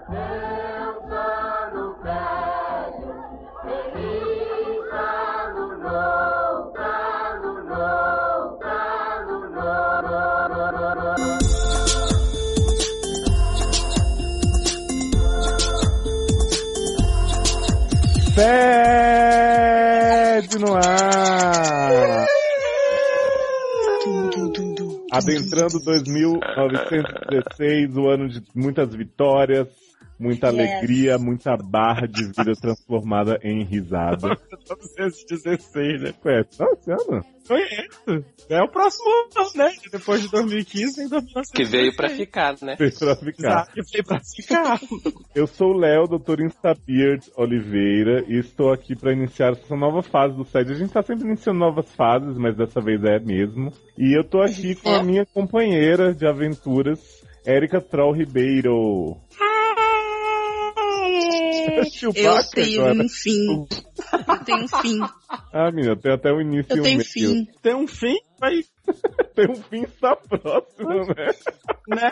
Sede no ar! Adentrando 2916, o ano de muitas vitórias, muita alegria, muita barra de vida transformada em risada. 1916, né? Ué, tá esse ano? Foi esse. É o próximo ano, né? Depois de 2015 em 2016. Que veio pra ficar, né? Veio pra ficar. Exato, que veio pra ficar. Eu sou o Léo, Dr. Instabeard Oliveira, e estou aqui para iniciar essa nova fase do SED. A gente tá sempre iniciando novas fases, mas dessa vez é mesmo. E eu tô aqui com a minha companheira de aventuras, Érica Troll Ribeiro. Eu tenho um fim. Eu tenho um fim. Ah, menina, tem até o início Eu e o tenho meio. fim. Tem um fim, mas... Tem um fim, está próximo, né? né?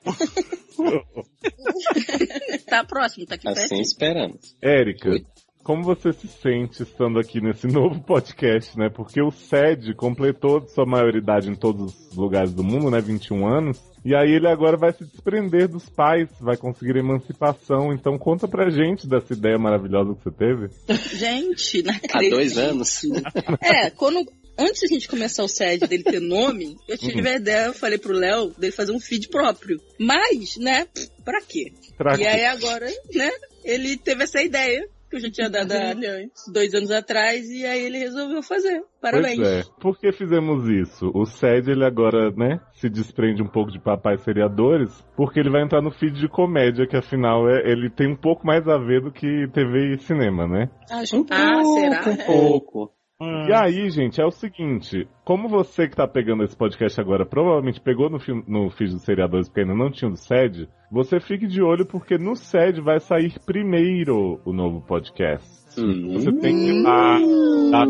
Tá próximo, tá aqui Assim perto. esperamos. Érica, Oi. como você se sente estando aqui nesse novo podcast, né? Porque o SED completou sua maioridade em todos os lugares do mundo, né? 21 anos. E aí ele agora vai se desprender dos pais, vai conseguir emancipação. Então conta pra gente dessa ideia maravilhosa que você teve. Gente, não Há acredito. 2 anos. Antes da gente começar o SED dele ter nome, eu tive a ideia, eu falei pro Léo, dele fazer um feed próprio. Mas, né, pra quê? E aí agora, né, ele teve essa ideia, que eu já tinha dado antes, 2 anos atrás, e aí ele resolveu fazer. Parabéns. Pois é. Por que fizemos isso? O SED, ele agora, né, se desprende um pouco de papais seriadores, porque ele vai entrar no feed de comédia, que afinal ele tem um pouco mais a ver do que TV e cinema, né? Será? Um pouco. E aí, gente, é o seguinte, como você que tá pegando esse podcast agora provavelmente pegou no feed dos seriadores porque ainda não tinha do SED, você fique de olho porque no SED vai sair primeiro o novo podcast. Você tem que ir lá, dar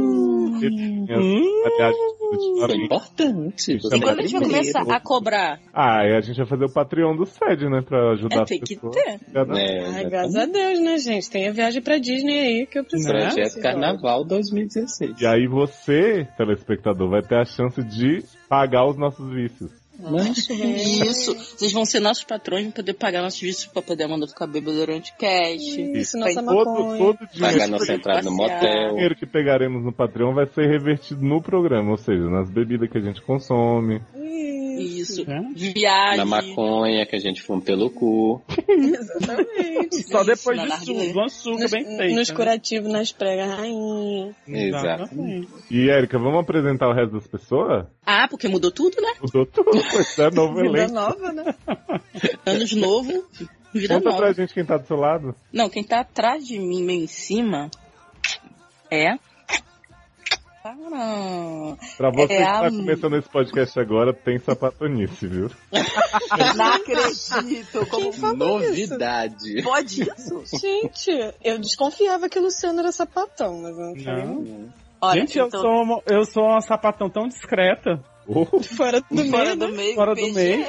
Isso é importante. E quando a gente vai começar a cobrar? a gente vai fazer o Patreon do SED, né? Pra ajudar as Tem que pessoas. ter. Ai, graças a Deus, né, gente? Tem a viagem pra Disney aí que eu preciso. Projeto Carnaval 2016. E aí você, telespectador, vai ter a chance de pagar os nossos vícios. Isso. Vocês vão ser nossos patrões pra poder pagar nossos vícios, pra poder mandar ficar bêbado durante o cast. Isso, nossa Todo Pagar dinheiro, nossa entrada no motel. dinheiro que pegaremos no Patreon vai ser revertido no programa, ou seja, nas bebidas que a gente consome. Isso. Na Viagem. maconha que a gente fuma pelo cu. Exatamente. Só depois na de narguilé. suco, uma suga bem feita. Nos né? curativos, nas pregas, rainha. Exato. E, Érica, vamos apresentar o resto das pessoas? Ah, porque mudou tudo, né? Mudou tudo, pois é, novo Vida elenco. nova, né? Anos novo, vida Conta pra nova. gente quem tá do seu lado. Não, quem tá atrás de mim, meio em cima, é... Pra você que tá a- começando esse podcast agora, tem sapatonice, viu? Não acredito. Como Novidade. pode isso? Gente, eu desconfiava que o Luciano era sapatão, mas eu não falei. Não. Olha, Gente, então, eu sou uma sapatão tão discreta. Fora do meio, fora do né? meio, Fora do PG. meio.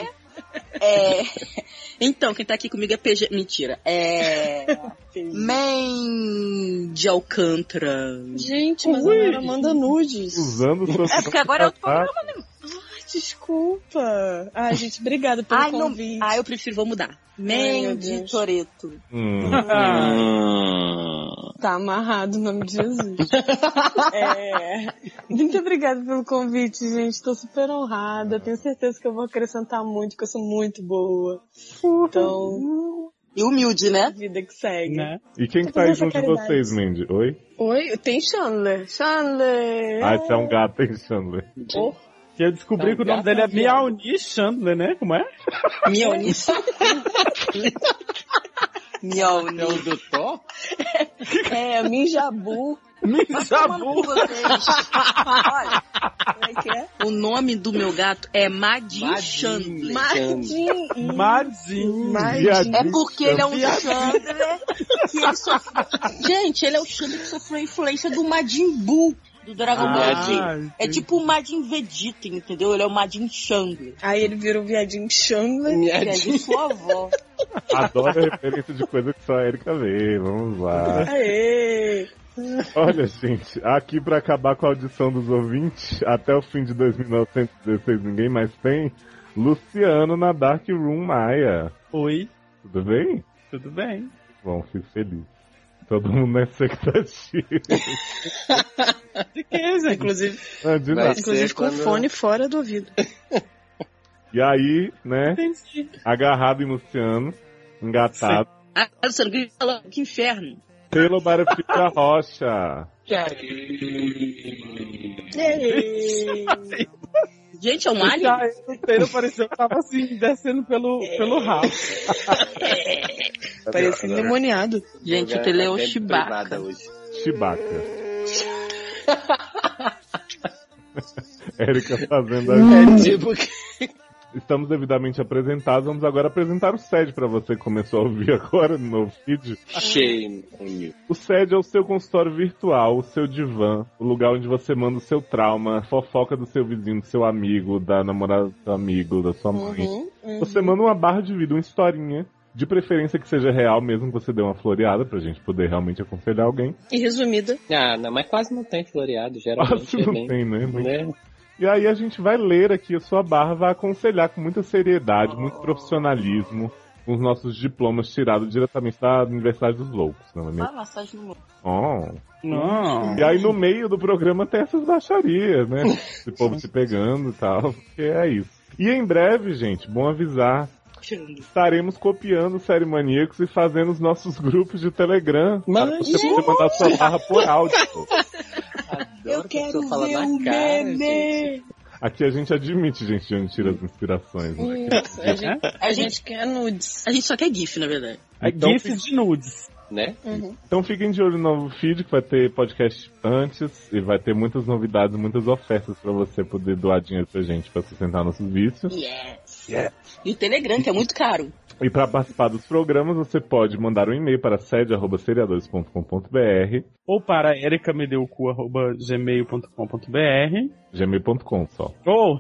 Então, quem tá aqui comigo é PG. Mentira. Mandy Alcântara. Gente, mas agora manda nudes. Usando suas... É porque agora é outro programa, né? Desculpa. Ai, gente, obrigada pelo convite. Eu prefiro, vou mudar. meu Mandy Deus. Toretto. Tá amarrado o nome de Jesus. Muito obrigada pelo convite, gente. Tô super honrada. Tenho certeza que eu vou acrescentar muito, porque eu sou muito boa. Então, E humilde, né? vida que segue. Né? E quem que tá aí junto de vocês, Mandy? Oi? Oi, tem Chandler. Chandler! Ah, você é um gato, hein, Chandler? Que eu descobri Não, que o nome dele é Miauni Chandler, né? Como é? Miauni. Miauni. É o do Thor? Minjabu. Mijabu. Olha, como é que é? O nome do meu gato é Madin Chandler. Madinho. É porque ele é um Chandler que ele sofreu... Gente, ele é o Chandler que sofreu a influência do Majin Buu. Do Dragon Ball Z. É tipo o Majin Vegeta, entendeu? Ele é o Majin Chandler. Aí ele vira o viadinho Chandler. Que é de sua avó. Adoro a referência de coisa que só a Erika vê. Vamos lá. Aê! Olha, gente, aqui pra acabar com a audição dos ouvintes, até o fim de 2916 ninguém mais tem, Luciano na Dark Room Maia. Oi, Tudo bem? tudo bem? Bom, fico feliz. Todo mundo na expectativa. De que, gente? Inclusive, Ah, de Vai nada. ser inclusive com o quando- fone fora do ouvido. E aí, né, Entendi. agarrado em Luciano, engatado, Ah, Luciano, que falou, que inferno. pelo Battlefield da Rocha. Gente, é um alien? Já o Taylor pareceu que tava assim, descendo pelo rabo. Parecia endemoniado. Gente, o Lugar Tele é o bem Chewbacca. privada hoje. Chewbacca. Érica fazendo a É tipo que... Estamos devidamente apresentados, vamos agora apresentar o SED para você que começou a ouvir agora no novo feed. Shame on you. O SED é o seu consultório virtual, o seu divã, o lugar onde você manda o seu trauma, fofoca do seu vizinho, do seu amigo, da namorada do seu amigo, da sua mãe. Você manda uma barra de vida, uma historinha, de preferência que seja real, mesmo que você dê uma floreada, pra gente poder realmente aconselhar alguém. E resumida. Ah, não, mas quase não tem floreado, geralmente. Quase não bem, tem, né? né? E aí a gente vai ler aqui a sua barra, vai aconselhar com muita seriedade, muito profissionalismo, com os nossos diplomas tirados diretamente da Universidade dos Loucos, não é mesmo? Massagem no Oh. Não. E aí no meio do programa tem essas baixarias, né? Esse povo se pegando e tal, porque é isso. E em breve, gente, bom avisar, estaremos copiando Série Maníacos e fazendo os nossos grupos de Telegram para Mas, você poder mandar sua barra por áudio. Adoro que a pessoa fala na cara, gente. Aqui a gente admite, gente, de onde tira as inspirações. Né? A gente quer nudes. A gente só quer GIF, na verdade. Então, GIFs de nudes. Né? Então fiquem de olho no novo feed, que vai ter podcast antes e vai ter muitas novidades, muitas ofertas pra você poder doar dinheiro pra gente pra sustentar nossos vícios. Yes. E o Telegram, que é muito caro. E para participar dos programas, você pode mandar um e-mail para sede@seriadores.com.br, Ou para ericamedeucu@gmail.com.br. gmail.com só. Ou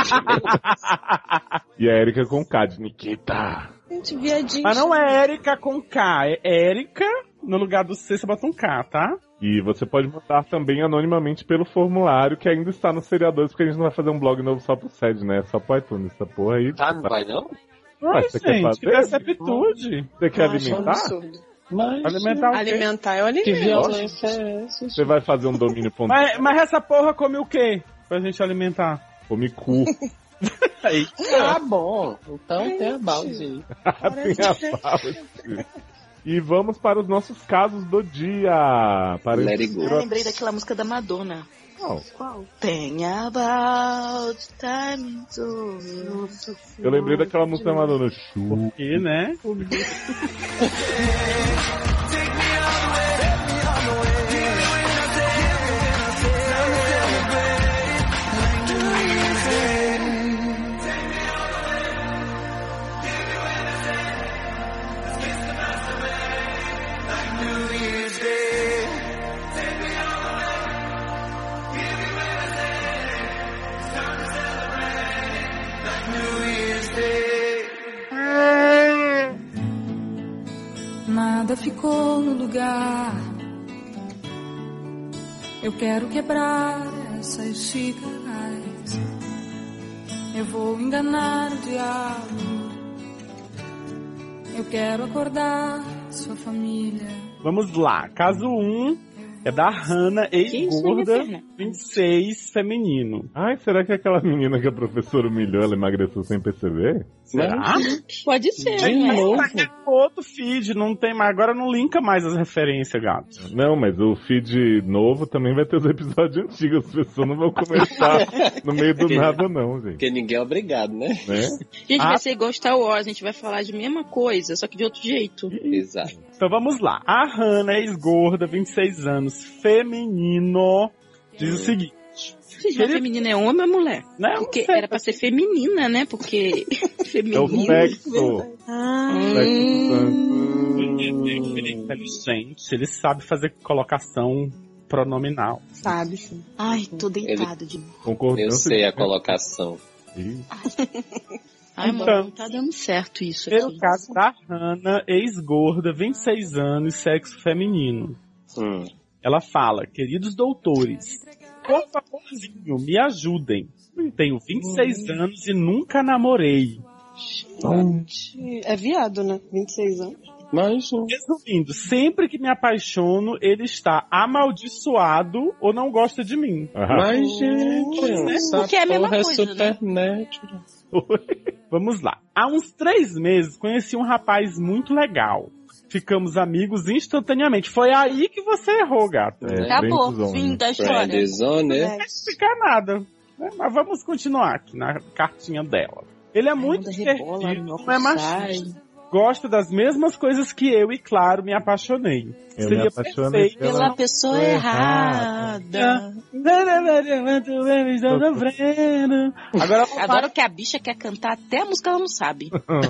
E a Erika com K de Nikita. Gente, viadinho. mas não é Erika com K, é Erika, no lugar do C você bota um K, tá? E você pode mandar também anonimamente pelo formulário que ainda está no Seriadores, porque a gente não vai fazer um blog novo só pro SED, né? É só pro iTunes, essa porra aí. Ah, não vai não? Ai, você quer gente, fazer? receptude. Você quer Acho um alimentar? absurdo. Mas... Alimentar o quê? Alimentar é o Que alimento. violência é essa? Você vai fazer um domínio ponto Mas essa porra come o quê? Pra gente alimentar. come cu. Aí. Ah, bom. Então tem a balde aí. Tem a pausa. E vamos para os nossos casos do dia. Para Let it go. Eu lembrei daquela música da Madonna. Não, Qual? Think about time to... eu lembrei daquela música da Madonna. Chu. Porque, né? Nada ficou no lugar. Eu quero quebrar essas xícaras. Eu vou enganar o diabo. Eu quero acordar sua família. Vamos lá. Caso 1 é da Hannah, ex-gorda, isso, né? 26, feminino. Ai, será que é aquela menina que a professora humilhou, ela emagreceu sem perceber? Será? Pode ser, De né? novo. É outro feed, não tem mais. Agora não linka mais as referências, gato. Não, mas o feed novo também vai ter os episódios antigos. As pessoas não vão começar no meio do nada, não, gente. Porque ninguém é obrigado, né? Né? Gente, Ah. vai ser igual Star Wars, a gente vai falar de mesma coisa, só que de outro jeito. Exato. Então vamos lá. A Hannah, ex-gorda, 26 anos, feminino, diz o seguinte. Gente, mas feminina é homem ou mulher? Né? Porque era pra ser feminina, né? Porque É o feminino... sexo. Ah, Inteligente, ele sabe fazer colocação pronominal. sabe, sim. Ai, tô deitada de novo. Eu Concordância. sei a colocação. Ih. Ai, então, mano, não tá dando certo isso aqui. Pelo caso da Hannah, ex-gorda, 26 anos, sexo feminino. Ela fala, queridos doutores, por favorzinho, me ajudem. Tenho 26 anos e nunca namorei. É viado, né? 26 anos. Mas, resumindo, sempre que me apaixono, ele está amaldiçoado ou não gosta de mim. Mas, gente, essa porque é a mesma porra coisa, é Supernatural. Vamos lá. Há uns 3 meses, conheci um rapaz muito legal. Ficamos amigos instantaneamente. Foi aí que você errou, gata. Acabou, fim da história. Friendzone, Não vai explicar nada. Né? Mas vamos continuar aqui na cartinha dela. Ele é muito perdido, não é machista. Gosta das mesmas coisas que eu e, claro, me apaixonei. Eu me apaixonei pela pessoa errada. Agora que a bicha quer cantar, até a música ela não sabe.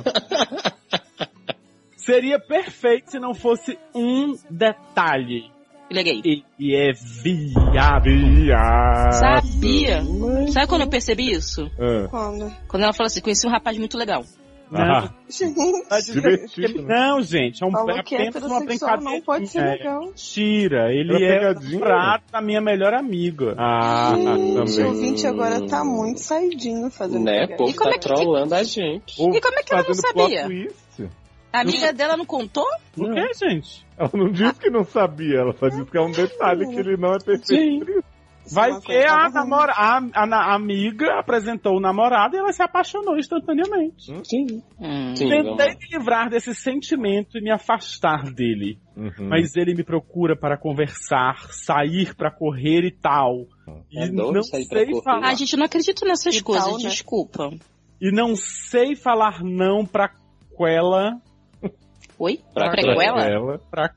Seria perfeito se não fosse um detalhe. Ele é gay. E é viado. Sabia. Sabe quando eu percebi isso? Quando ela falou assim, conheci um rapaz muito legal. Não, divertido, né? Não, gente, é apenas uma brincadeira. Não pode ser legal. Tira, ele é o prato da minha melhor amiga. Também. O ouvinte agora tá muito saidinho fazendo né? O povo tá trolando a gente. E como é que ela não sabia? A amiga dela não contou? Por que, gente? Ela não disse que não sabia, ela só disse que é um detalhe que ele não é perfeito. Vai ver a amiga apresentou o namorado e ela se apaixonou instantaneamente. Sim, tentei me livrar desse sentimento e me afastar dele. Mas ele me procura para conversar, sair para correr e tal. E não sei falar. A gente não acredita nessas coisas, tal, né? desculpa. E não sei falar não pra Quela. Oi? Pra Prequela?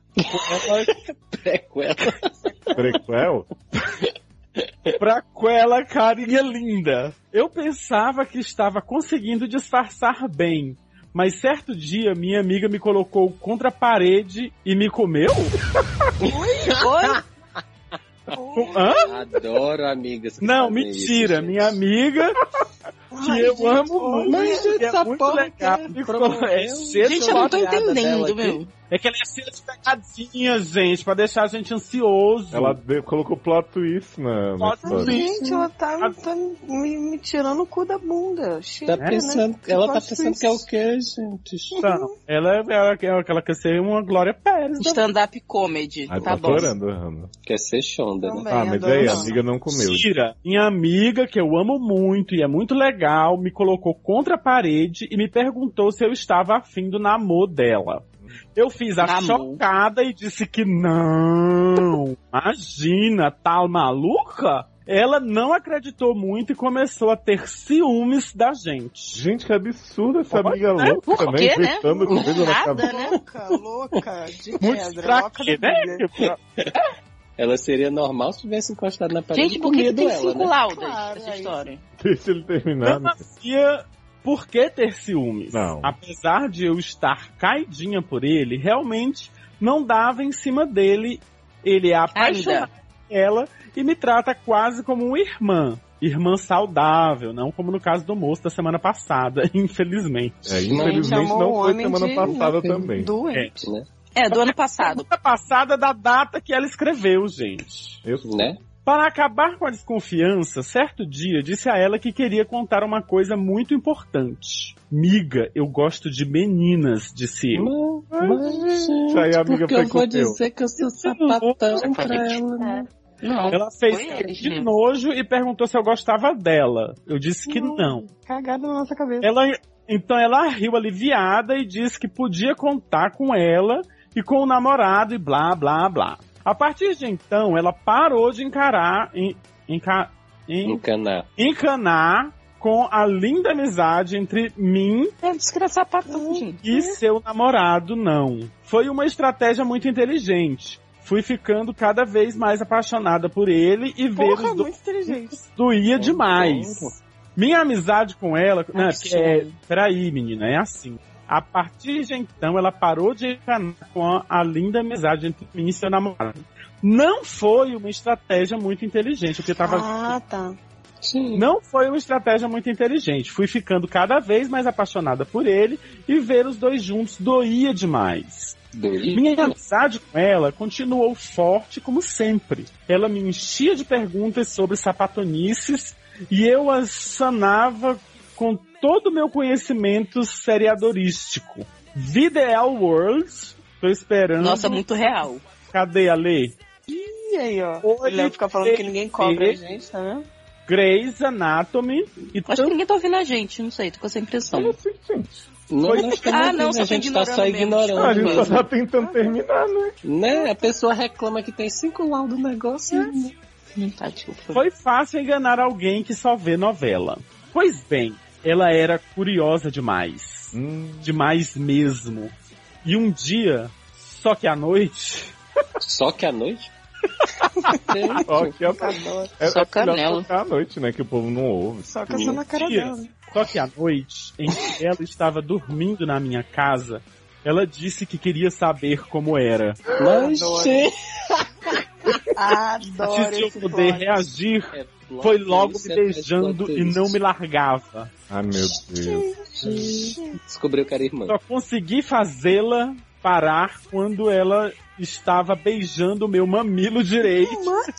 Prequel? Pra Quela, carinha linda. Eu pensava que estava conseguindo disfarçar bem, mas certo dia minha amiga me colocou contra a parede e me comeu? Oi? Hã? Adoro amigas. Não, mentira. Isso, minha amiga, que eu amo muito, mas que é essa muito porra legal. Gente, eu não tô entendendo, meu. É que ela é cheia de pegadinhas, gente, pra deixar a gente ansioso. Ela colocou plot twist na história. Gente, ela tá me tirando o cu da bunda. Chega, tá pensando, né? Ela tá pensando que é o quê, gente? Não, ela quer ser uma Glória Pérez. Stand-up comedy. Tá bom. Chorando, Quer ser Shonda, né? Mas aí, a amiga não comeu. Mentira. Minha amiga, que eu amo muito e é muito legal, me colocou contra a parede e me perguntou se eu estava afim do namoro dela. Eu fiz a chocada e disse que não. Imagina, tal maluca? Ela não acreditou muito e começou a ter ciúmes da gente. Gente, que absurdo essa amiga louca, por né? quê, Inventando coisa na Nada, cabeça. né? Louca, de Muito pedra. Louca quê, da vida. né? Ela seria normal se tivesse encostado na parede. Gente, por que tem ela, 5 né? laudas Claro, essa aí. história? Deixa ele terminar. Não havia por que ter ciúmes. Não. Apesar de eu estar caidinha por ele, realmente não dava em cima dele. Ele é apaixonado por ela e me trata quase como uma irmã. Irmã saudável, não como no caso do moço da semana passada, infelizmente. Infelizmente não foi semana passada também. Doente, né? Do ano passado. Semana passada da data que ela escreveu, gente. Né? Para acabar com a desconfiança, certo dia disse a ela que queria contar uma coisa muito importante. Miga, eu gosto de meninas, disse eu. Isso aí a amiga porque eu vou dizer que eu sou sapatão pra ela, né? Não, ela fez de nojo e perguntou se eu gostava dela. Eu disse que não. Cagada na nossa cabeça. Então ela riu aliviada e disse que podia contar com ela e com o namorado e blá, blá, blá. A partir de então, ela parou de encanar com a linda amizade entre mim e seu namorado, não. Foi uma estratégia muito inteligente. Fui ficando cada vez mais apaixonada por ele e ver os dois doía demais. Minha amizade com ela... Peraí, menina, é assim. A partir de então, ela parou de encanar com a linda amizade entre mim e seu namorado. Não foi uma estratégia muito inteligente, porque tava... Sim. Não foi uma estratégia muito inteligente. Fui ficando cada vez mais apaixonada por ele e ver os dois juntos doía demais. Minha amizade com ela continuou forte como sempre. Ela me enchia de perguntas sobre sapatonices e eu as sanava com todo o meu conhecimento seriadorístico. Videal World, tô esperando. Nossa, muito real. Cadê a Lê? E aí, ó. Ele vai ficar falando que ninguém cobra a gente, tá vendo? Grey's Anatomy. Acho que ninguém tá ouvindo a gente, não sei, tô com essa impressão. Não, a gente tá só ignorando. A gente só tá tentando terminar, né? A pessoa reclama que tem 5 lá do negócio. Foi fácil enganar alguém que só vê novela. Pois bem, ela era curiosa demais. Demais mesmo. E um dia, só que à noite... Só que à noite? Só canela. Só que à noite, né? Que o povo não ouve. Só caçando na cara dela. Só que à noite, em que ela estava dormindo na minha casa, ela disse que queria saber como era. Mas adoro. Antes de eu poder reagir, foi logo me beijando e não me largava. Ah, meu Deus. Descobriu que era irmã. Só consegui fazê-la parar quando ela estava beijando o meu mamilo direito.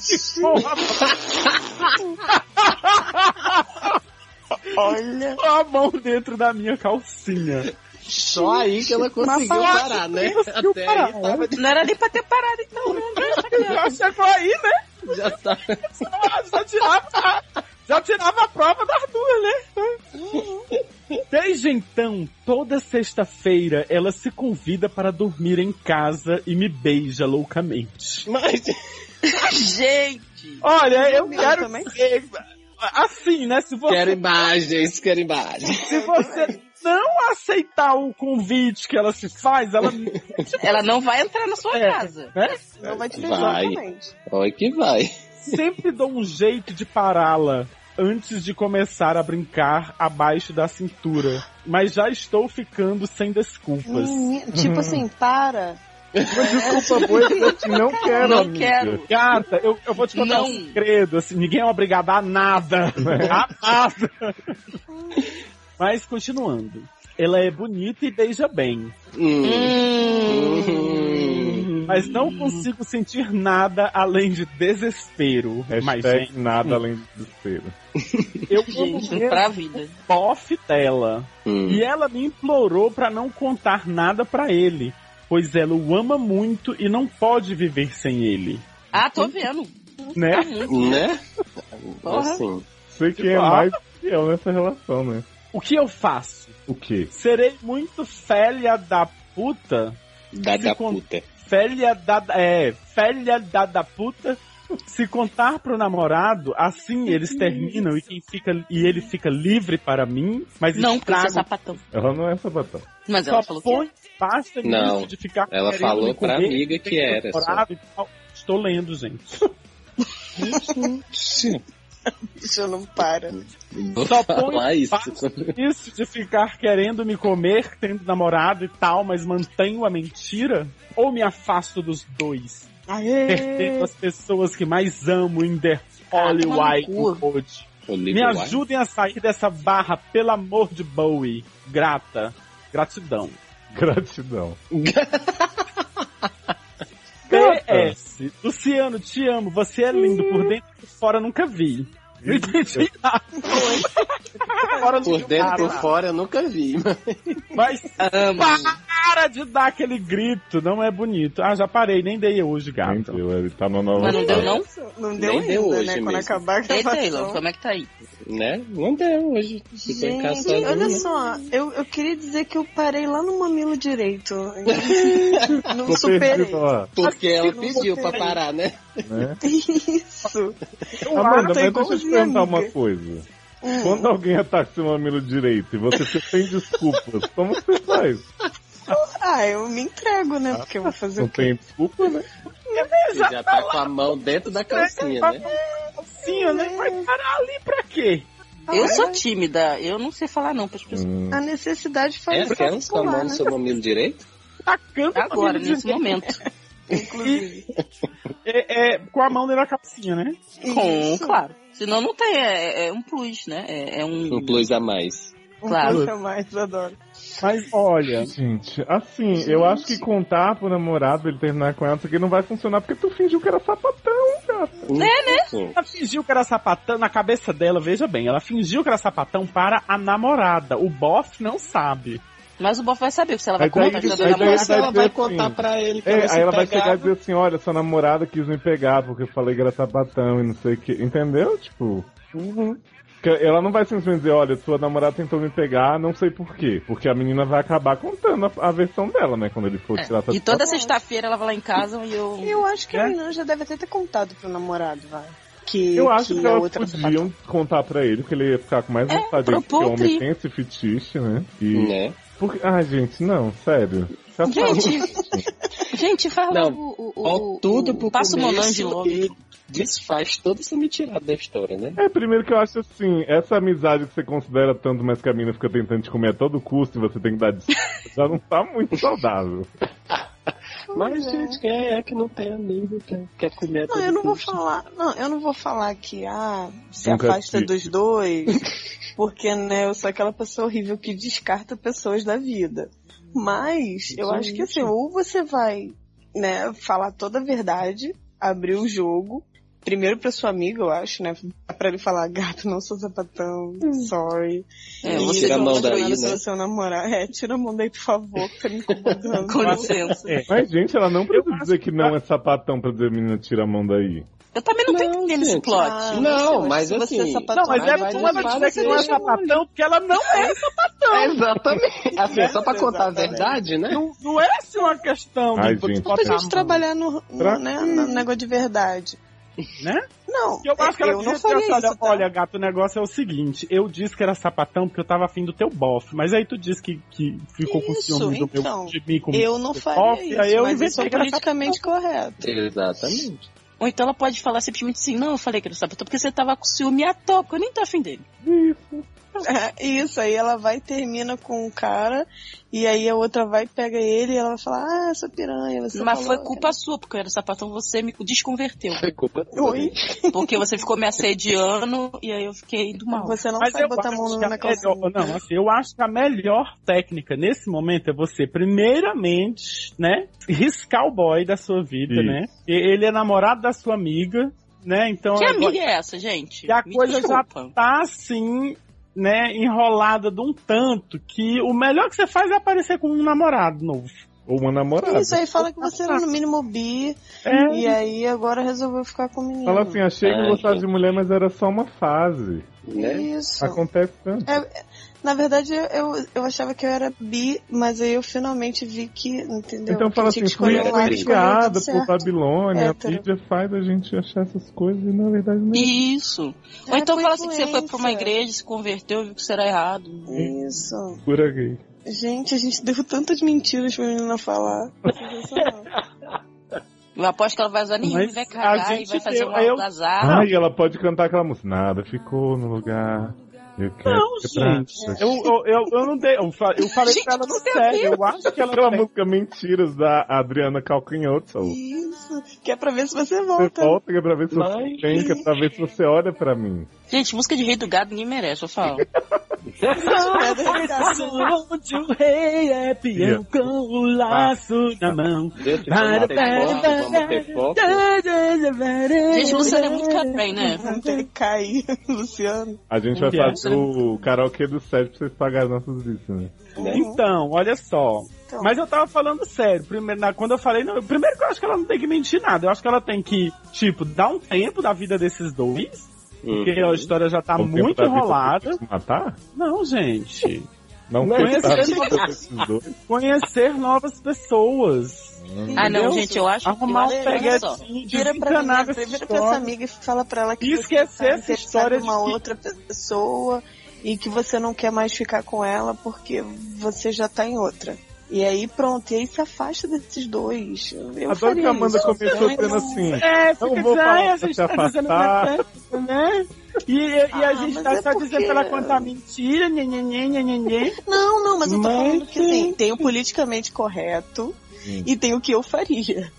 Olha. Com a mão dentro da minha calcinha. Só aí que ela conseguiu parar, né? Até parar, aí tava... Não era nem pra ter parado, então. Já chegou aí, né? Já tá. Já tirava a prova das duas, né? Desde então, toda sexta-feira, ela se convida para dormir em casa e me beija loucamente. Mas... Gente! Olha, eu quero também. Assim, né? Se você... Quero imagens. Se você não aceitar o convite que ela se faz, ela não vai entrar na sua casa. Né? Não vai te beijar exatamente. Olha que vai. Sempre dou um jeito de pará-la antes de começar a brincar abaixo da cintura. Mas já estou ficando sem desculpas. Tipo assim, para. Desculpa, boa, eu não quero, não amiga. quero. Gata, eu vou te contar um segredo, assim, ninguém é obrigado a nada. A nada. Mas, continuando. Ela é bonita e beija bem. Mas não consigo sentir nada além de desespero. Mas nada além de desespero. Eu amo pra vida. O bofe dela. E ela me implorou pra não contar nada pra ele. Pois ela o ama muito e não pode viver sem ele. Ah, tô vendo. Né? Né? Assim. Sei quem é mais fiel nessa relação, né? O que eu faço? O quê? Serei muito filha da puta. Filha da puta. Se contar pro namorado, assim eles terminam e ele fica livre para mim, mas não, porque é sapatão. Ela não é sapatão. Mas ela falou que basta não, de ficar ela falou pra amiga que era. Estou lendo, gente. Isso não para. Só põe isso de ficar querendo me comer, tendo namorado e tal, mas mantenho a mentira? Ou me afasto dos dois? Perdendo as pessoas que mais amo em The Holy White Road. Me ajudem a sair dessa barra, pelo amor de Bowie. Gratidão. PS, Luciano, te amo. Você é lindo por dentro e por fora, nunca vi. Não entendi nada. Por dentro e por fora eu nunca vi. Mas para de dar aquele grito, não é bonito. Ah, já parei, nem dei hoje, gato. Ele tá no novo. Mas não deu, não? Não deu ainda, hoje, né? Mesmo. Quando acabar a gravação. Taylor, como é que tá aí? Né? Não deu hoje. Gente, olha só, eu queria dizer que eu parei lá no mamilo direito. Não superei. Porque ela pediu pra parar, né? Isso. Amanda, mas deixa eu te perguntar uma coisa. Quando alguém ataca seu mamilo direito e você tem desculpas, como você faz? Eu me entrego, né? Porque eu vou fazer não tem desculpa, né? Você já tá com a mão dentro da calcinha, né? Calcinha, né? Vai parar ali pra quê? Eu sou tímida, eu não sei falar não pras pessoas. A necessidade faz isso. Quer com a mão no seu mamilo direito? Tacando agora, nesse momento. inclusive. Com a mão dentro da calcinha, né? Claro. Senão não tem, é um plus, né? É um plus a mais. Claro. Um plus a mais, eu adoro. Mas olha... Gente, assim, eu acho que contar pro namorado, ele terminar com ela, isso aqui não vai funcionar, porque tu fingiu que era sapatão, gata. Né? Ela fingiu que era sapatão, na cabeça dela, veja bem, ela fingiu que era sapatão para a namorada. O bofe não sabe. Mas o bofe vai saber, se ela vai contar pra ela vai contar pra ele que aí ela vai chegar e dizer assim, olha, sua namorada quis me pegar, porque eu falei que era sapatão e não sei o que, entendeu? Tipo... Ela não vai simplesmente dizer, olha, sua namorada tentou me pegar, não sei por quê. Porque a menina vai acabar contando a versão dela, né? Quando ele for tirar essa... E toda sexta-feira ela vai lá em casa e eu... Eu acho que a menina já deve até ter contado pro namorado, vai. Eu acho que elas podiam contar pra ele, porque ele ia ficar com mais vontade de que o homem tem esse fetiche, né? Né? Porque... gente, não, sério. Gente, faz logo tudo pro passa o Monange logo. E desfaz toda essa mentirada da história, né? Primeiro que eu acho assim, essa amizade que você considera tanto, mas que a mina fica tentando te comer a todo custo e você tem que dar desculpa, já não tá muito saudável. Mas, gente, quem é que não tem amigo, quer comer a todo eu não custo? Eu não vou falar que, se afasta dos dois, porque, né, eu sou aquela pessoa horrível que descarta pessoas da vida. Mas, eu acho que assim, ou você vai, né, falar toda a verdade, abrir o jogo, primeiro pra sua amiga, eu acho, né, pra ele falar, gato, não sou sapatão, sorry. Você tira a mão daí, né? Seu namorado. Tira a mão daí, por favor, que tá me incomodando. Com licença. Mas, gente, ela não precisa dizer que não é sapatão pra dizer, menina, tira a mão daí. Eu também não tô entendendo esse plot. Mas assim... mas é bom ela dizer que não é sapatão, porque ela não é sapatão. Exatamente. Assim, só pra contar a verdade, né? Não é assim uma questão de pra gente trabalhar no negócio de verdade. Né? Não, eu acho que ela não faria isso. Olha, gato, o negócio é o seguinte, eu disse que era sapatão porque eu tava afim do teu bofe, mas aí tu disse que ficou com ciúme do meu de mim com eu não faria bofe, isso, aí eu mas isso é politicamente correto. Exatamente. Ou então ela pode falar simplesmente assim, não, eu falei que era sapatão porque você tava com ciúme à toa, porque eu nem tô afim dele. Isso, aí ela vai e termina com o cara, e aí a outra vai e pega ele, e ela vai falar, essa piranha, você Mas falou, foi culpa sua, porque eu era sapatão, você me desconverteu. Foi culpa tua. Oi? Porque você ficou me assediando, e aí eu fiquei do mal. Você não sabe botar a mão na calcinha. Não, assim, eu acho que a melhor técnica nesse momento é você, primeiramente, né, riscar o boy da sua vida, né? Ele é namorado da sua amiga, né? Então... Que amiga é essa, gente? E a coisa já tá, assim... né, enrolada de um tanto que o melhor que você faz é aparecer com um namorado novo. Ou uma namorada. Isso aí, fala que você era no mínimo bi, e aí agora resolveu ficar com o menino. Fala assim, achei que gostava de mulher, mas era só uma fase. Isso. Acontece tanto. Na verdade, eu achava que eu era bi, mas aí eu finalmente vi que, entendeu? Então fala assim, fui influenciada por Babilônia, a Bíblia faz a gente achar essas coisas e na verdade não é. Isso. Ou então fala assim que você foi pra uma igreja, se converteu, viu que isso era errado. Isso. Pura gay. Gente, a gente deu tantas mentiras pra menina falar. Eu aposto que ela vai usar nenhum, vai cagar e vai fazer uma algazarra. Ai, ela pode cantar aquela música. Nada ficou no lugar. Eu quero não, gente. Eu não dei. Eu falei pra ela no sério. Eu acho que ela. Aquela música Mentiras da Adriana Calcanhoto. Isso. Que é pra ver se você volta. Você volta, que é pra ver se você vem, que é pra ver se você olha pra mim. Gente, música de Rei do Gado ninguém merece, eu falo. Onde o rei é peão com o laço na mão. Gente, Luciano é muito cabrém, né? Vamos ter que cair, Luciano. A gente vai fazer o karaokê do Sérgio pra vocês pagarem nossos vídeos, né? Então, olha só. Mas eu tava falando sério. Quando eu falei, primeiro que eu acho que ela não tem que mentir nada. Eu acho que ela tem que, tipo, dar um tempo da vida desses dois. Porque a história já tá muito enrolada. Matar? Não, gente. Não conhecer novas pessoas. Não, gente, eu acho arrumar um peguetinho de vira pra essa amiga e fala pra ela que esquecer essa história de uma outra pessoa e que você não quer mais ficar com ela porque você já tá em outra. E aí pronto, e aí se afasta desses dois. Eu adoro que a Amanda começou dizendo assim, não vou falar pra se afastar. Né? E a gente tá só dizendo pra ela contar mentira, Não, mas eu tô falando que assim, tem o politicamente correto E tem o que eu faria.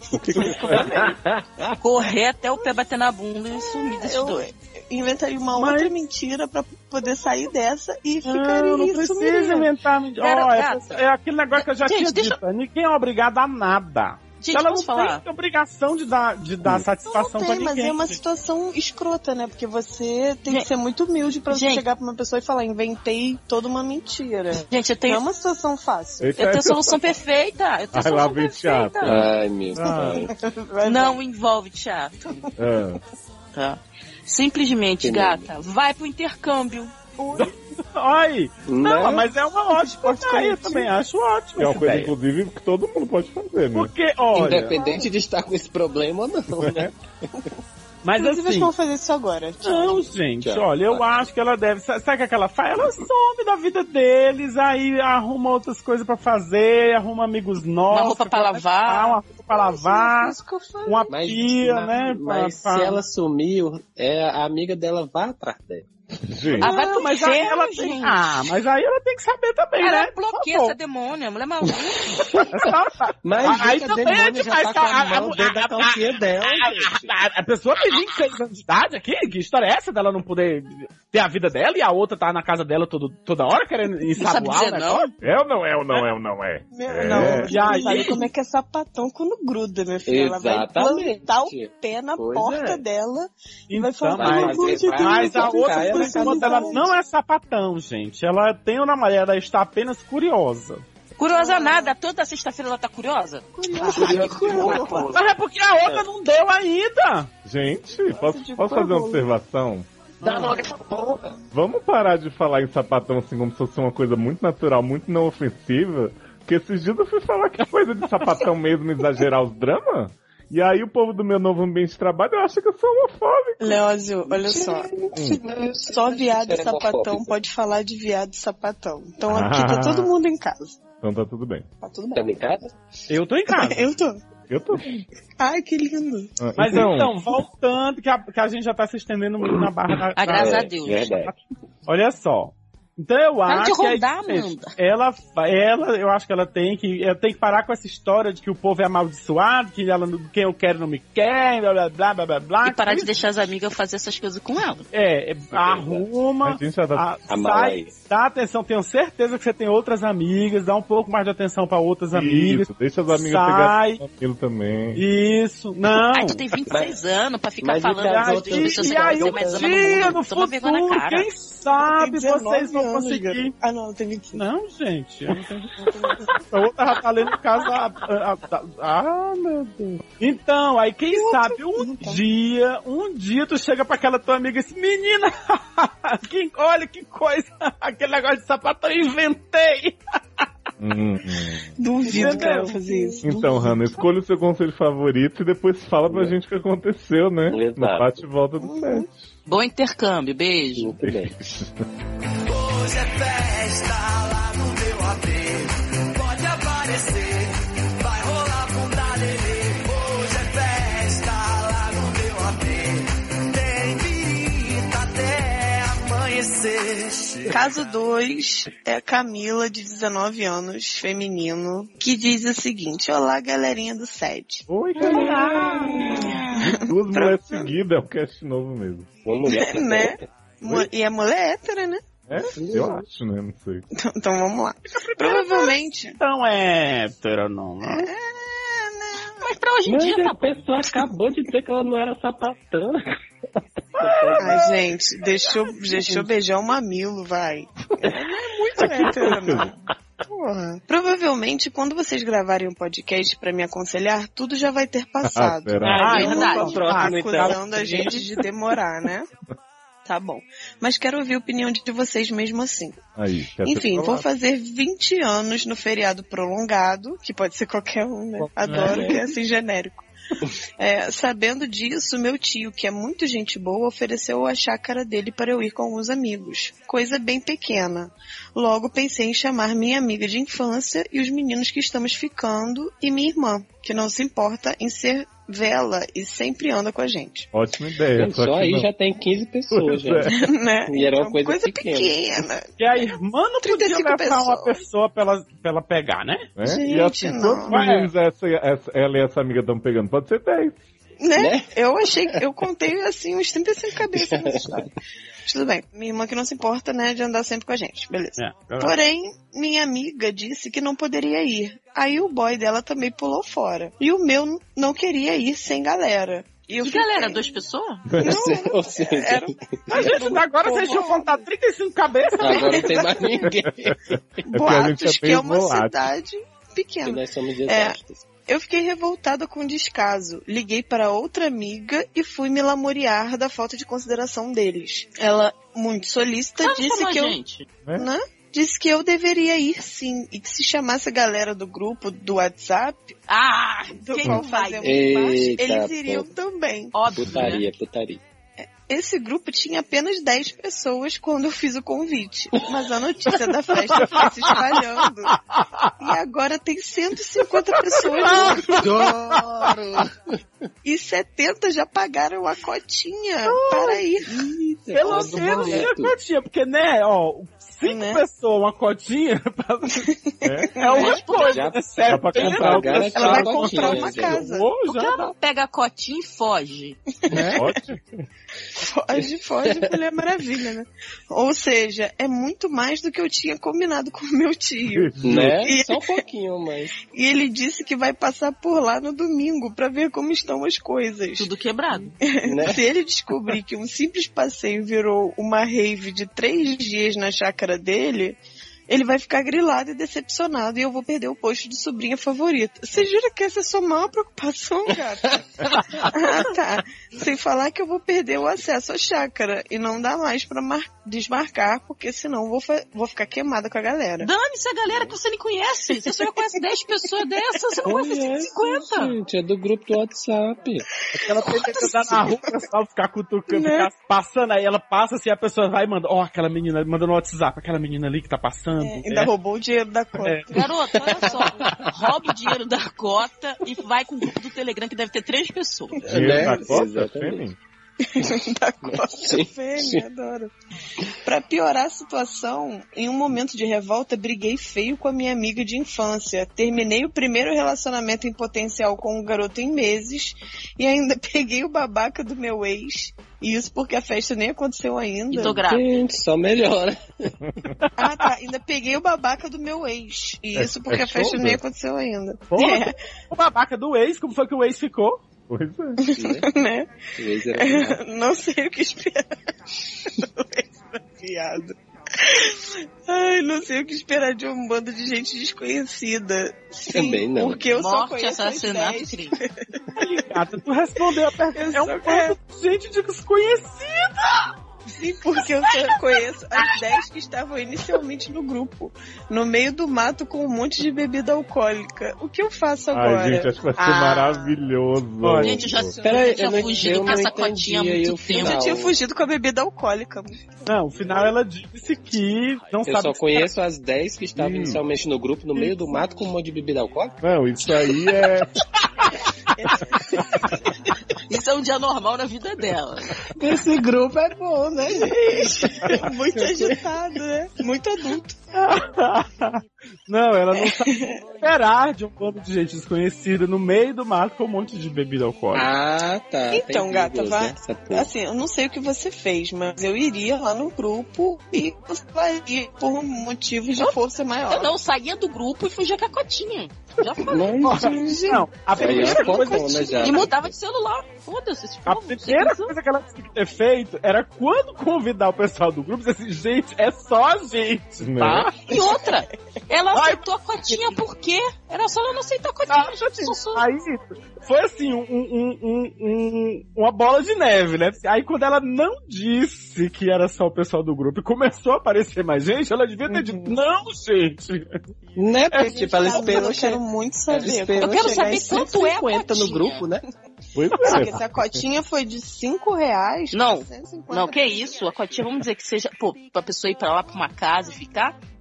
Correr até o pé bater na bunda e sumir desses dois. Inventaria uma outra mentira pra poder sair dessa e ficaria não precisa inventar mentira. É aquele negócio que eu já tinha dito. Ninguém é obrigado a nada. Gente, ela não tem obrigação de dar satisfação pra ninguém. Mas é uma situação escrota, né? Porque você tem que ser muito humilde pra você chegar pra uma pessoa e falar, inventei toda uma mentira. Gente, não é uma situação fácil. Eu tenho a solução perfeita. Ai, meu Deus. Não envolve teatro. Tá. Simplesmente, gata, vai pro intercâmbio. Oi! Não, mas é uma ótima ideia, eu também acho ótimo. É uma coisa, inclusive, que todo mundo pode fazer, né? Porque, olha... Independente de estar com esse problema ou não, né? Mas inclusive, assim... vão fazer isso agora. Não, gente, olha, eu acho que ela deve... Sabe o que ela faz? Ela some da vida deles, aí arruma outras coisas pra fazer, arruma amigos novos. Uma roupa pra lavar. Uma roupa pra lavar, uma pia, né? Mas se ela sumiu, a amiga dela vai atrás dela. Gente. Vai pro mas inferno, aí ela tem... mas aí ela tem que saber também, né? Ela bloqueia essa demônia, a mulher maluca. Mas aí a também demônia já tá com a mão dentro da calcinha dela. A pessoa tem 26 anos de idade aqui? Que história é essa dela não poder ter a vida dela e a outra tá na casa dela toda hora querendo ensaboar o negócio? É ou não é ou não é ou não é? Não, sabe como é que é sapatão quando gruda, minha filha? Ela vai plantar o pé na porta dela e vai falar, mas a outra pessoa dela não é sapatão, gente. Ela tem uma namorada, ela está apenas curiosa. Curiosa nada, toda sexta-feira ela tá curiosa? Mas é porque a outra não deu ainda. Gente, posso fazer uma observação? Dá logo essa porra. Vamos parar de falar em sapatão assim como se fosse uma coisa muito natural, muito não ofensiva? Porque esses dias eu fui falar que é coisa de sapatão mesmo exagerar os dramas. E aí o povo do meu novo ambiente de trabalho acha que eu sou homofóbico. Leózio, olha só. Só viado sapatão pode falar de viado sapatão. Então aqui tá todo mundo em casa. Então tá tudo bem. Tá tudo bem. Tá em casa? Eu tô em casa. Eu tô. Ai, que lindo. Mas então voltando, que a gente já tá se estendendo muito na barra da... Graças a Deus. Olha só. Então eu acho que ela, eu acho que ela tem que parar com essa história de que o povo é amaldiçoado, que quem eu quero não me quer, blá blá blá blá blá. E parar de deixar as amigas fazer essas coisas com ela. Arruma, dá atenção, tenho certeza que você tem outras amigas, dá um pouco mais de atenção pra outras amigas. Isso, deixa as amigas pegarem aquilo também. Isso, não. Aí tu tem 26 anos pra ficar falando das pessoas que você mais ama no mundo. No futuro, quem sabe vocês vão conseguir. Ah, não, tem 25. Não, gente, eu não tenho 25. A outra já tá lendo em casa. Meu Deus. Então, aí quem sabe um dia tu chega pra aquela tua amiga e diz, menina, olha que coisa, aquele negócio de sapatão eu inventei. Duvido que ela vai fazer isso. Então, Hannah, escolha o seu conselho favorito e depois fala pra gente o que aconteceu, né? Exato. No bate e volta do set. Bom intercâmbio, beijo. Muito bem. Hoje é festa lá no meu AP. Pode aparecer, vai rolar bunda lelê. Hoje é festa lá no meu AP. Tem birita até amanhecer. Caso 2 é Camila, de 19 anos, feminino, que diz o seguinte: olá, galerinha do SED. Oi, galera! Duas mulheres seguidas, é um cast novo mesmo. Uma mulher, né? E a mulher hétera, né? Eu acho, né? Não sei. Então vamos lá. Provavelmente. Então é hétero, não. Mas pra hoje em dia... a pessoa acabou de dizer que ela não era sapatão. Ai, gente, deixa eu beijar o mamilo, vai. Não é muito hétero, não. Porra. Provavelmente, quando vocês gravarem um podcast pra me aconselhar, tudo já vai ter passado. É verdade. Acusando a gente de demorar, né? Tá bom. Mas quero ouvir a opinião de vocês mesmo assim. Aí, enfim, vou fazer 20 anos no feriado prolongado, que pode ser qualquer um, né? Adoro que é assim genérico. Sabendo disso, meu tio, que é muito gente boa, ofereceu a chácara dele para eu ir com alguns amigos. Coisa bem pequena. Logo pensei em chamar minha amiga de infância e os meninos que estamos ficando e minha irmã, que não se importa em ser vela e sempre anda com a gente. Ótima ideia. Só aí já tem 15 pessoas já. Né? E era uma coisa pequena. E aí, mano, não podia levar uma pessoa pra ela pegar, né? Gente, e assim, quantos meninos ela e essa amiga estão pegando? Pode ser 10. Né? Eu contei assim uns 35 cabeças nessa história. Tudo bem, minha irmã que não se importa, né, de andar sempre com a gente, beleza. Porém, minha amiga disse que não poderia ir. Aí o boy dela também pulou fora. E o meu não queria ir sem galera. E galera? 2 pessoas? Não, era... A gente, agora vocês tinham contado 35 cabeças. Agora não tem mais ninguém. Boatos que é uma cidade pequena. E nós somos exaustos. Eu fiquei revoltada com o descaso. Liguei para outra amiga e fui me lamuriar da falta de consideração deles. Ela, muito solícita, disse que disse que eu deveria ir sim. E que se chamasse a galera do grupo do WhatsApp, do qual fazemos parte, eles iriam também. Óbvio, Putaria. Esse grupo tinha apenas 10 pessoas quando eu fiz o convite. Mas a notícia da festa foi se espalhando. E agora tem 150 pessoas no grupo. E 70 já pagaram a cotinha para ir. Pelo menos a cotinha, porque, né, 5 pessoas, uma cotinha, é uma coisa. Dá pra comprar ela vai comprar uma casa. Por que ela não pega a cotinha e foge? Foge, Mulher Maravilha, né? Ou seja, é muito mais do que eu tinha combinado com o meu tio. Né? Só um pouquinho mais. E ele disse que vai passar por lá no domingo pra ver como estão as coisas. Tudo quebrado. Né? Se ele descobrir que um simples passeio virou uma rave de 3 dias na chácara dele, ele vai ficar grilado e decepcionado e eu vou perder o posto de sobrinha favorita. Você jura que essa é a sua maior preocupação, gata? Tá. Sem falar que eu vou perder o acesso à chácara e não dá mais pra desmarcar, porque senão vou ficar queimada com a galera. Dane-se a galera que você nem conhece. Você só conhece 10 pessoas dessas, você não conhece 150. Gente, é do grupo do WhatsApp. Ela tem que andar na rua, o pessoal ficar cutucando, ficar passando, aí ela passa assim, a pessoa vai e manda, aquela menina, manda no WhatsApp, aquela menina ali que tá passando. Ainda roubou o dinheiro da cota. Garota, olha só, rouba o dinheiro da cota e vai com o grupo do Telegram que deve ter 3 pessoas. Dinheiro da cota, Fêmea? Da cota, Fêmea, adoro. Pra piorar a situação, em um momento de revolta, briguei feio com a minha amiga de infância. Terminei o primeiro relacionamento em potencial com um garoto em meses e ainda peguei o babaca do meu ex. E isso porque a festa nem aconteceu ainda. E tô grávida. Gente, só melhora. Tá. Ainda peguei o babaca do meu ex. E isso porque a festa nem aconteceu ainda. O babaca do ex, como foi que o ex ficou? Pois é. Né? Não sei o que esperar. O ex era viado. Ai, não sei o que esperar de um bando de gente desconhecida. Sim, também não. Porque eu só Morte, conheço assassinato, crime. Gata, tu respondeu a pergunta. É um bando de gente desconhecida! Sim, porque eu só conheço as 10 que estavam inicialmente no grupo. No meio do mato com um monte de bebida alcoólica. O que eu faço agora? Ai, gente, acho que vai ser maravilhoso. Gente, já tinha fugido com essa cotinha há muito tempo. Eu já tinha fugido com a bebida alcoólica. Não, no final ela disse que não sabe... Eu só conheço as 10 que estavam inicialmente no grupo, no meio do mato com um monte de bebida alcoólica. Não, isso aí é... Isso é um dia normal na vida dela. Esse grupo é bom, né, gente? Muito agitado, né? Muito adulto. Não, ela não sabe esperar de um bando de gente desconhecida no meio do mato com um monte de bebida alcoólica. Ah, tá. Então, gata, vai. Assim, eu não sei o que você fez, mas eu iria lá no grupo e você faria por motivos de força maior. Eu não saía do grupo e fugia com a cotinha. Já falei. Não, a primeira coisa já. E mudava de celular. Foda-se. A primeira coisa que ela tinha que ter feito era quando convidar o pessoal do grupo, dizer assim, gente, é só a gente, tá? E outra, ela aceitou a cotinha por quê? Era só ela não aceitar a cotinha. Aí foi assim, uma bola de neve, né? Aí quando ela não disse que era só o pessoal do grupo e começou a aparecer mais gente, ela devia ter dito, não, gente. Né? Porque, tipo, ela esperou... Eu quero muito saber. Eu quero saber quanto é a cotinha. No grupo, né? Pois Porque se a cotinha foi de R$5... Não, que isso? A cotinha, vamos dizer que seja, pra pessoa ir pra lá pra uma casa e ficar,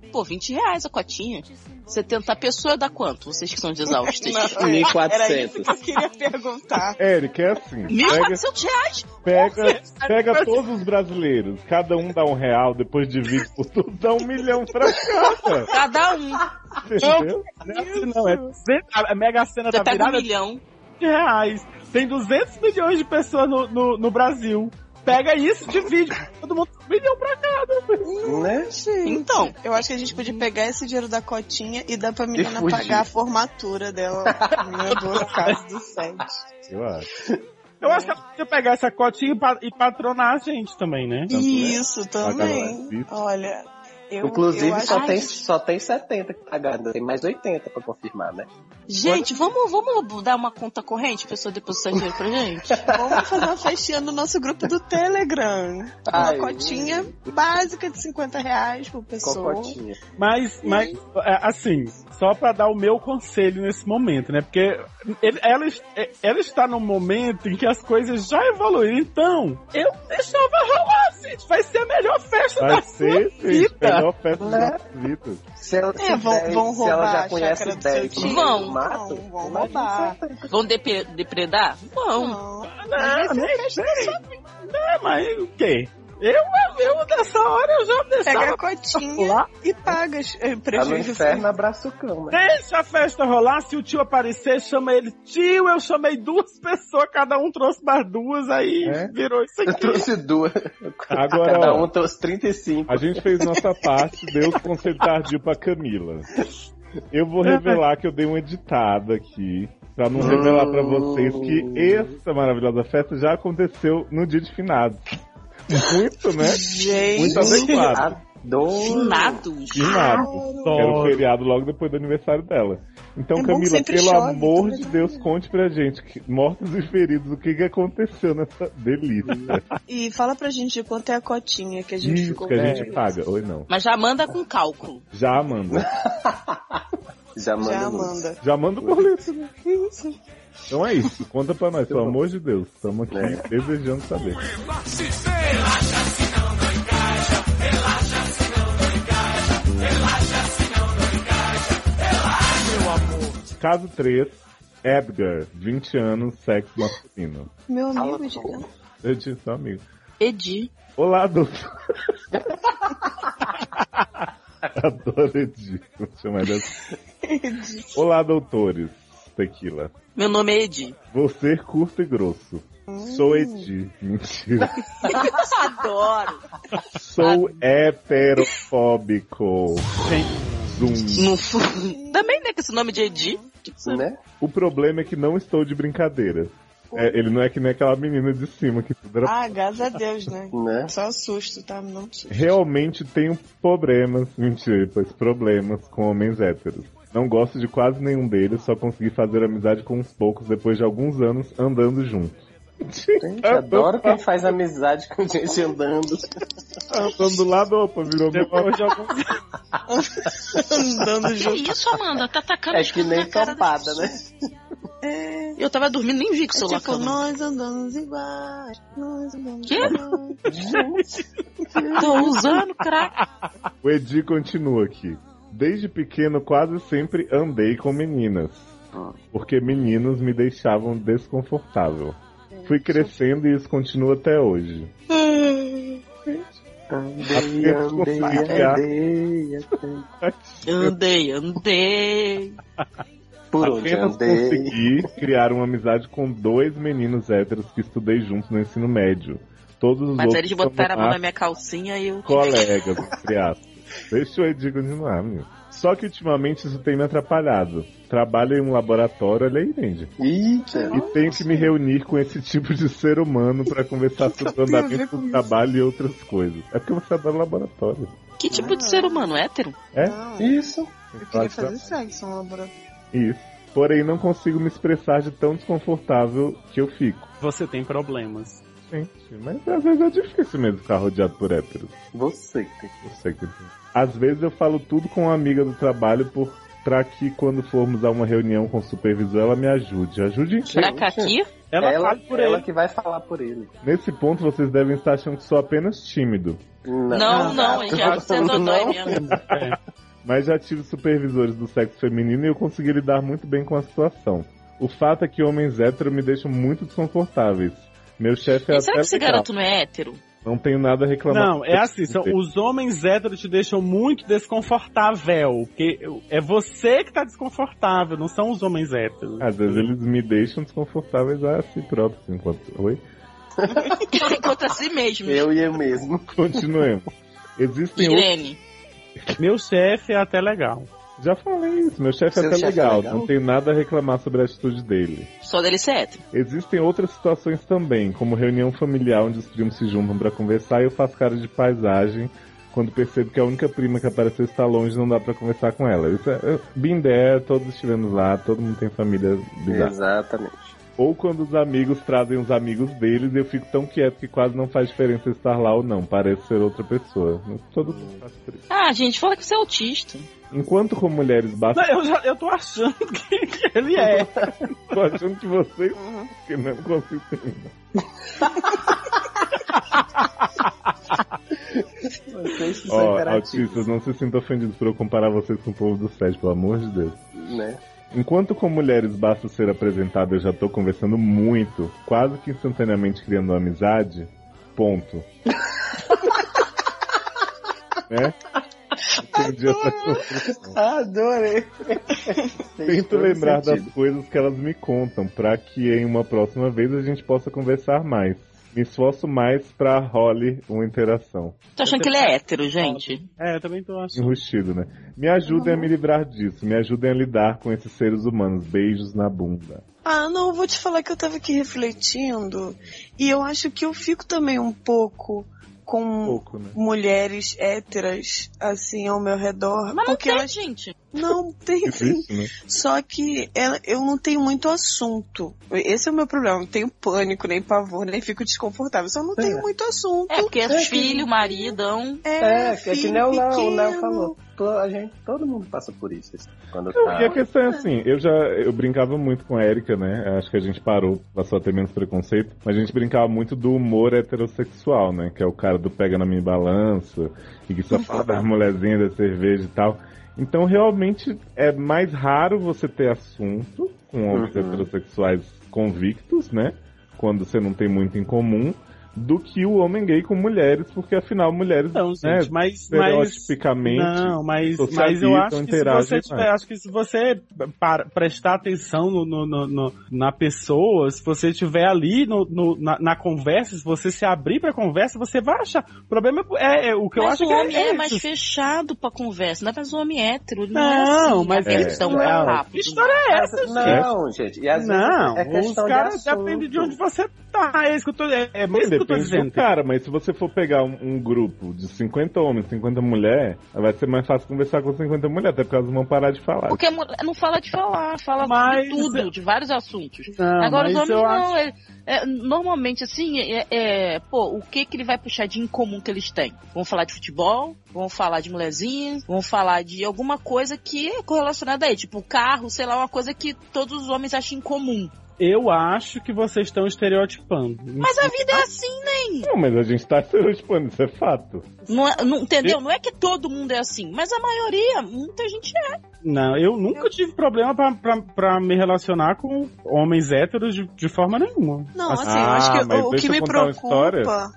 Pô, R$20 a cotinha. 70 pessoas dá quanto? Vocês que são de exaustos. 1.400. Era isso que eu queria perguntar. Eric, é assim. R$1.400? Pega todos os brasileiros. Cada um dá R$1, depois divide por tudo, dá R$1 milhão pra cada. Cada um. Entendeu? Não, a Mega Sena Você tá pega virada R$1 milhão. Tem 200 milhões de pessoas no Brasil. Pega isso, divide. Todo mundo R$1 milhão pra cada. Né? Então. Eu acho que a gente podia pegar esse dinheiro da cotinha e dar pra menina fugir. pagar a formatura dela, né, do caso do SED. Eu acho. Eu acho que ela podia pegar essa cotinha e patronar a gente também, né? Isso, também. Olha, inclusive, eu só tem 70 que pagaram, tem mais 80 pra confirmar, né? Gente, vamos dar uma conta corrente, a pessoa depositar dinheiro pra gente? Vamos fazer uma festinha no nosso grupo do Telegram. Uma cotinha básica de R$50 por pessoa. Cotinha. Mas, assim, só pra dar o meu conselho nesse momento, né? Porque ela está num momento em que as coisas já evoluíram. Então, eu deixava rolar, gente. Vai ser a melhor festa da sua vida. A melhor festa da vida. Se ela vão roubar ela já a conhece chácara do seu 10 tio. Vão roubar. Vão depredar? Vão. Não, mas o quê? Eu nessa hora eu já deixava. Pega a cotinha e paga prejuízo. No inferno, abraça o cão, né? Deixa a festa rolar, se o tio aparecer, chama ele. Tio, eu chamei 2 pessoas, cada um trouxe mais 2, aí virou isso aqui. Eu trouxe 2. Agora, cada um trouxe 35. A gente fez nossa parte, deu o conselho tardio pra Camila. Eu vou revelar que eu dei uma editada aqui, pra não revelar pra vocês que essa maravilhosa festa já aconteceu no dia de finados. Muito, né? Gente. Muito adequado. Finados. Finados. Era o feriado logo depois do aniversário dela. Então, Camila, pelo amor de Deus, conte pra gente, mortos e feridos, o que aconteceu nessa delícia. E fala pra gente quanto é a cotinha que a gente Isso, ficou que a gente paga. Oi, não. Mas já manda com cálculo. Já manda. Já manda. Já manda o boleto, né? Isso. Então é isso, conta pra nós, pelo amor de Deus. Estamos aqui desejando saber. Relaxa se não encaixa, relaxa se não encaixa, relaxa se não encaixa, relaxa, meu amor. Caso 3, Edgar, 20 anos, sexo masculino. Meu amigo, Edgar. Eu disse, seu amigo. Edi. Olá, doutor. Adoro Edi. Vou chamar ele assim. Olá, doutores. Tequila. Meu nome é Edi. Você curto e grosso. Sou Edi. Mentira. Adoro. Sou heterofóbico. Zoom. Também, né? Com esse nome de Edi. Né? O problema é que não estou de brincadeira. Ele não é que nem aquela menina de cima que tudo era... graças a Deus, né? Né? Só susto, tá? Não susto. Realmente tenho problemas, problemas com homens héteros. Não gosto de quase nenhum deles, só consegui fazer amizade com uns poucos depois de alguns anos andando juntos. Gente, adoro quem faz amizade com gente andando. Andando do lado, opa, virou depois de alguns andando junto. Que isso, Amanda? Tá atacando que nem topada, né? Eu tava dormindo, nem vi que o celular tipo, nós andamos iguais. Quê? Tô usando crack. O Edi continua aqui. Desde pequeno quase sempre andei com meninas, porque meninos me deixavam desconfortável. Fui crescendo e isso continua até hoje. Andei. Por onde apenas andei? Consegui criar uma amizade com 2 meninos héteros que estudei juntos no ensino médio. Todos os Mas outros eles botaram a mão na minha calcinha e eu... colegas, entre aspas. Deixa o Edi continuar, meu. Só que ultimamente isso tem me atrapalhado. Trabalho em um laboratório, olha aí, entende? E tenho que me reunir com esse tipo de ser humano pra conversar sobre o andamento do trabalho e outras coisas. É porque você adora laboratório. Que tipo de ser humano? Hétero? É? Não. Isso. Eu queria fazer sexo no laboratório. Isso. Porém, não consigo me expressar de tão desconfortável que eu fico. Você tem problemas. Gente, mas às vezes é difícil mesmo ficar rodeado por héteros. Você que tem. Às vezes eu falo tudo com uma amiga do trabalho por pra que quando formos a uma reunião com o supervisor, ela me ajude. Ajude em quê? Pra cá aqui? Ela que vai falar por ele. Nesse ponto, vocês devem estar achando que sou apenas tímido. Não, ele já você é dodói mesmo. Mas já tive supervisores do sexo feminino e eu consegui lidar muito bem com a situação. O fato é que homens héteros me deixam muito desconfortáveis. Meu chefe é será que esse garoto não é hétero? Não tenho nada a reclamar. Não, é assim, os homens héteros te deixam muito desconfortável. Porque é você que tá desconfortável, não são os homens héteros. Às vezes eles me deixam desconfortáveis a si próprios. Oi? Enquanto a si mesmo. Eu e eu mesmo. Continuemos. Existem Irene. Meu chefe é até legal. Já falei isso, meu chefe é até legal. Não tenho nada a reclamar sobre a atitude dele. Só dele ser hétero. Existem outras situações também, como reunião familiar onde os primos se juntam pra conversar e eu faço cara de paisagem quando percebo que a única prima que apareceu está longe e não dá pra conversar com ela. Isso é been there, todos estivemos lá, todo mundo tem família bizarra. Exatamente. Ou quando os amigos trazem os amigos deles e eu fico tão quieto que quase não faz diferença estar lá ou não. Parece ser outra pessoa. Todo mundo passa por isso. Ah, gente, fala que você é autista. Enquanto com mulheres basta... Não, eu tô achando que ele é. Tô achando que vocês... Que não consigo entender. Autistas, não se sintam ofendidos por eu comparar vocês com o povo do SED, pelo amor de Deus. Né? Enquanto com mulheres basta ser apresentado, eu já tô conversando muito, quase que instantaneamente criando uma amizade. Ponto. Né? Entendi essa construção. Adorei. Tento lembrar das coisas que elas me contam, pra que em uma próxima vez a gente possa conversar mais. Me esforço mais pra role uma interação. Tô achando que ele é hétero, gente. Eu também tô achando. Enrustido, né? Me ajudem a me livrar disso. Me ajudem a lidar com esses seres humanos. Beijos na bunda. Não, eu vou te falar que eu tava aqui refletindo. E eu acho que eu fico também um pouco com mulheres héteras, assim, ao meu redor. Mas porque não tem, gente. Não, tem sim. Né? Só que eu não tenho muito assunto. Esse é o meu problema. Não tenho pânico, nem pavor, nem fico desconfortável. Só não tenho muito assunto. Porque é filho, maridão. Que nem o Léo falou. Todo mundo passa por isso. Quando E a questão é assim, eu brincava muito com a Erika, né? Acho que a gente passou a ter menos preconceito, mas a gente brincava muito do humor heterossexual, né? Que é o cara do pega na minha balança, e que só fala das mulherzinhas da cerveja e tal. Então, realmente, é mais raro você ter assunto com homens heterossexuais convictos, né? Quando você não tem muito em comum, do que o homem gay com mulheres, porque afinal mulheres, não, né, gente, mas estereotipicamente mas eu acho que se você prestar atenção na pessoa, se você estiver ali na conversa, se você se abrir pra conversa, você vai achar. O problema é o que eu acho que o homem é mais fechado pra conversa, não é mais um homem hétero, não é assim, mas que história é essa, não, gente? E às vezes os caras dependem de onde você tá, é isso que eu tô dizendo. Do cara, mas se você for pegar um grupo de 50 homens, 50 mulheres, vai ser mais fácil conversar com 50 mulheres, até porque elas vão parar de falar. Porque não fala de falar, fala de tudo, de vários assuntos. Agora os homens não, normalmente assim, o que ele vai puxar de incomum que eles têm? Vão falar de futebol, vão falar de mulherzinha, vão falar de alguma coisa que é correlacionada aí, tipo carro, sei lá, uma coisa que todos os homens acham incomum. Eu acho que vocês estão estereotipando. Mas a vida é assim, nem. Não, mas a gente tá estereotipando, isso é fato. Não, entendeu? Não é que todo mundo é assim, mas a maioria, muita gente é. Não, eu nunca tive problema pra me relacionar com homens héteros de forma nenhuma. Não, assim, eu acho que o que me preocupa...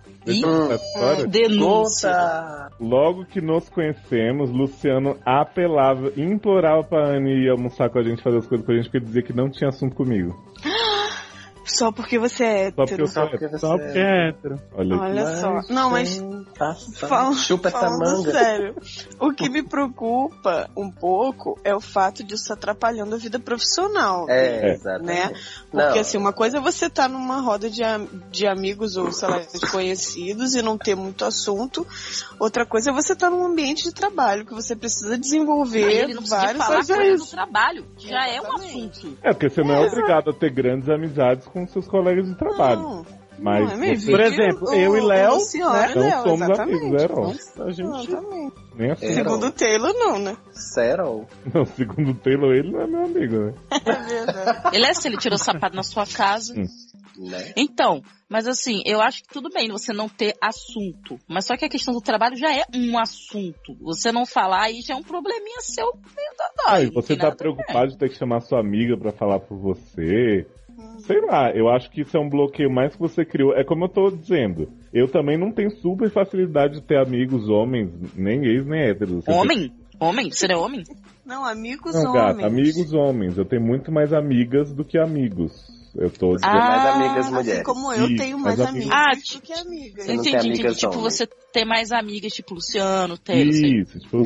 Denúncia. Logo que nos conhecemos, Luciano implorava pra Anne ir almoçar com a gente, fazer as coisas com a gente, porque ele dizia que não tinha assunto comigo. Só porque você é hétero. Só porque é hétero. Olha só. Não, mas... Chupa essa manga. Sério. O que me preocupa um pouco é o fato disso estar atrapalhando a vida profissional. Exatamente. Né? Porque assim, uma coisa é você estar numa roda de amigos ou, sei lá, de conhecidos e não ter muito assunto. Outra coisa é você estar num ambiente de trabalho que você precisa desenvolver vários coisas do trabalho, que já é um assunto. Porque você não é obrigado a ter grandes amizades com seus colegas de trabalho. Mas Não é mesmo? Por exemplo, eu e Léo, né? Não somos exatamente. amigos, Erol. a gente... Exatamente. Nem assim. Segundo o Taylor, não, né? Sério? Não, segundo o Taylor, ele não é meu amigo, né? É verdade. Ele é assim, ele tirou o sapato na sua casa. Né? Então, mas assim, eu acho que tudo bem você não ter assunto. Mas só que a questão do trabalho já é um assunto. Você não falar aí já é um probleminha seu meio da E você tá preocupado de ter que chamar sua amiga pra falar por você. Sei lá, eu acho que isso é um bloqueio mais que você criou. É como eu tô dizendo. Eu também não tenho super facilidade de ter amigos homens, nem gays, nem héteros. Homem? Homem? Você é homem? Não, amigos Não, homens. gata, amigos homens. Eu tenho muito mais amigas do que amigos. Eu tô dizendo. Mais amigas mulheres. Assim como eu Sim, tenho mais mas amigas do que amigas. Você não tem amigas Tipo, homens. você ter mais amigas, tipo Luciano, Taylor. sei. Isso, tipo,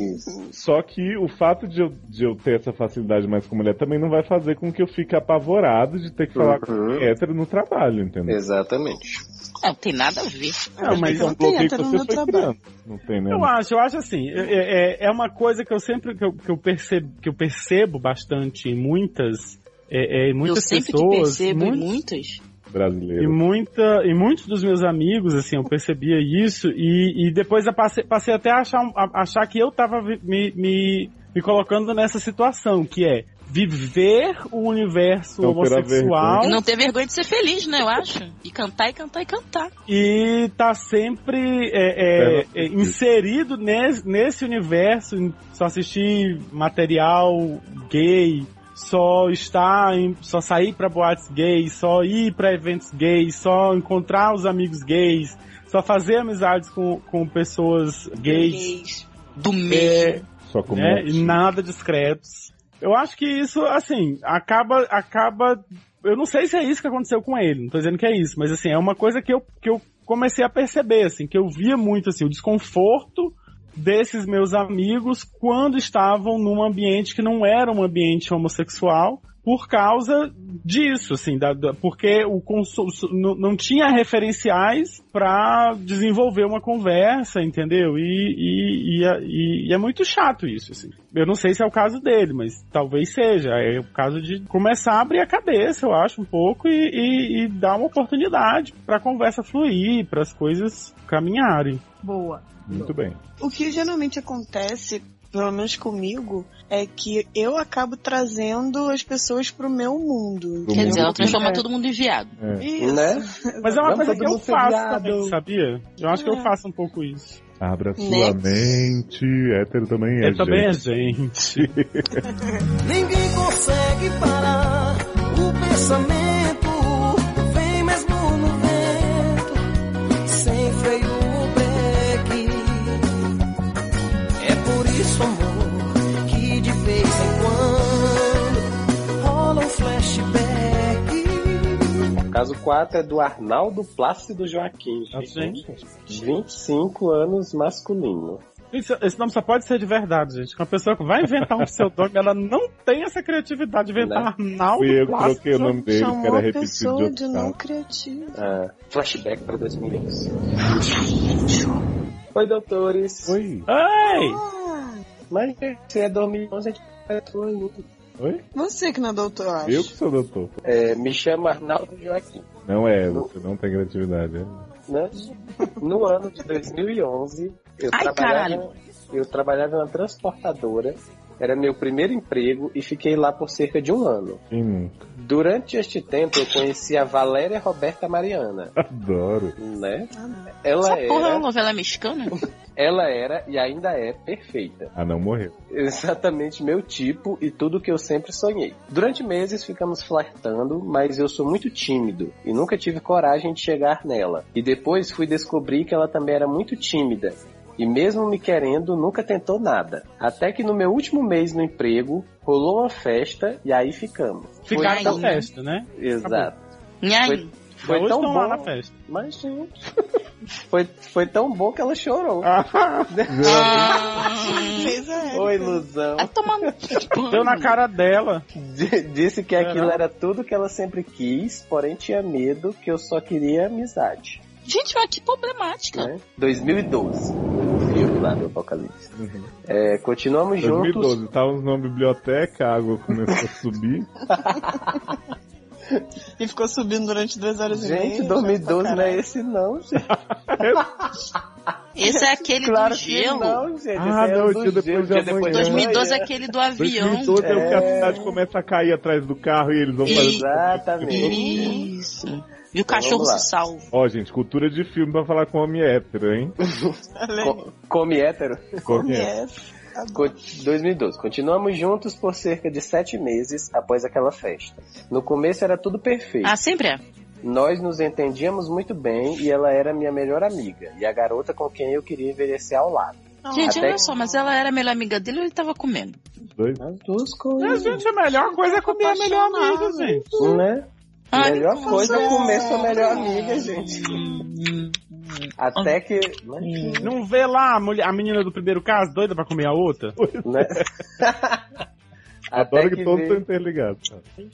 só que o fato de eu ter essa facilidade mais com mulher também não vai fazer com que eu fique apavorado de ter que falar com hétero no trabalho, entendeu? Exatamente. Não tem nada a ver. Não, mas é um não tem bloqueio que hétero você no foi trabalho. criando. Não tem, né? Eu acho assim, é uma coisa que eu sempre, que eu percebo bastante em muitas Eu sempre pessoas, que percebo em muitas. Brasileiro. e muitos dos meus amigos, assim, eu percebia isso e depois eu passei até a achar que eu tava me colocando nessa situação, que é viver o universo Não ter a homossexual E não ter vergonha de ser feliz, né, eu acho. E cantar, e cantar, e cantar. e tá sempre inserido nesse universo, só assistir material gay, só sair pra boates gays, só ir pra eventos gays, só encontrar os amigos gays, só fazer amizades com pessoas gays. Do meio. Só como E nada discretos. Eu acho que isso, assim, acaba... Eu não sei se é isso que aconteceu com ele, não tô dizendo que é isso, mas assim, é uma coisa que eu comecei a perceber, assim, que eu via muito, assim, o desconforto desses meus amigos quando estavam num ambiente que não era um ambiente homossexual, por causa disso, assim, porque não tinha referenciais para desenvolver uma conversa, entendeu? E é muito chato isso, assim. Eu não sei se é o caso dele, mas talvez seja. É o caso de começar a abrir a cabeça, eu acho, um pouco, e dar uma oportunidade para a conversa fluir, para as coisas caminharem. Boa. Muito bem. O que geralmente acontece, pelo menos comigo, é que eu acabo trazendo as pessoas pro meu mundo. Quer dizer, ela transforma todo mundo em viado. Isso. Né? Mas é uma Vamos coisa que todo eu mundo ser faço viado. também, sabia? Eu acho que eu faço um pouco isso. Abra sua mente. Hétero também é Ele também é gente. gente. Ninguém consegue parar o pensamento, vem mesmo no vento, sem freio ou breque. É por isso, amor, que de vez em quando rola um flashback. O caso 4 é do Arnaldo Plácido Joaquim. Gente. 25 anos, masculino. Esse nome só pode ser de verdade, gente. Uma pessoa que vai inventar um pseudônimo, ela não tem essa criatividade de inventar Arnaldo Fui eu que Plácido. troquei o nome dele, que Chamou era a repetido pessoa de de outro não caso. criativa. Flashback para 2011. Oi, doutores. Oi. Ei! Mas se é 2011, a gente vai ainda. Oi? Você que não é doutor, acho. Eu que sou doutor. Me chamo Arnaldo Joaquim. Não é, você não tem criatividade. Né? No ano de 2011, eu trabalhava em uma transportadora. Era meu primeiro emprego e fiquei lá por cerca de 1 ano. Quem nunca? Durante este tempo, eu conheci a Valéria Roberta Mariana. Adoro. Né? Essa porra é uma novela mexicana? Ela era e ainda é perfeita. Ah, não morreu. Exatamente meu tipo e tudo que eu sempre sonhei. Durante meses ficamos flertando, mas eu sou muito tímido e nunca tive coragem de chegar nela. E depois fui descobrir que ela também era muito tímida. E mesmo me querendo, nunca tentou nada. Até que no meu último mês no emprego, rolou uma festa e aí ficamos. Ficaram na tão... festa, né? Exato. Foi Foi tão estão bom. lá na festa. Mas, gente, foi tão bom que ela chorou. Oi, ilusão. Deu na cara dela. Disse que aquilo era tudo que ela sempre quis, porém tinha medo, que eu só queria amizade. Gente, mas que problemática. Né? 2012. O filme lá do Apocalipse. Continuamos 2012, juntos. estávamos numa biblioteca, a água começou a subir. E ficou subindo durante 2 horas e meia. Gente, 2012 não é esse não, gente. Esse é aquele Claro do que gelo. não, gente. Esse Ah, é não, o o do dia depois gelo, de dia depois de amanhã. 2012 é amanhã. aquele do avião. 2012 é o que a cidade começa a cair atrás do carro e eles vão fazer... Exatamente. Isso. E o cachorro vamos lá. se salva. Ó, gente, cultura de filme pra falar com homem hétero, hein? Come hétero. Come hétero. 2012. Continuamos juntos por cerca de 7 meses após aquela festa. No começo era tudo perfeito. Ah, sempre é. Nós nos entendíamos muito bem e ela era minha melhor amiga e a garota com quem eu queria envelhecer ao lado. Gente, Até olha só, mas ela era a melhor amiga dele ou ele tava comendo? As duas coisas. Gente, a melhor coisa é comer a melhor amiga, gente. Né? Ai, Melhor como coisa é é? comer sua melhor amiga, gente. Até que... Não vê lá a menina do primeiro caso doida pra comer a outra? Né? Adoro Até que todos veio- estão interligados.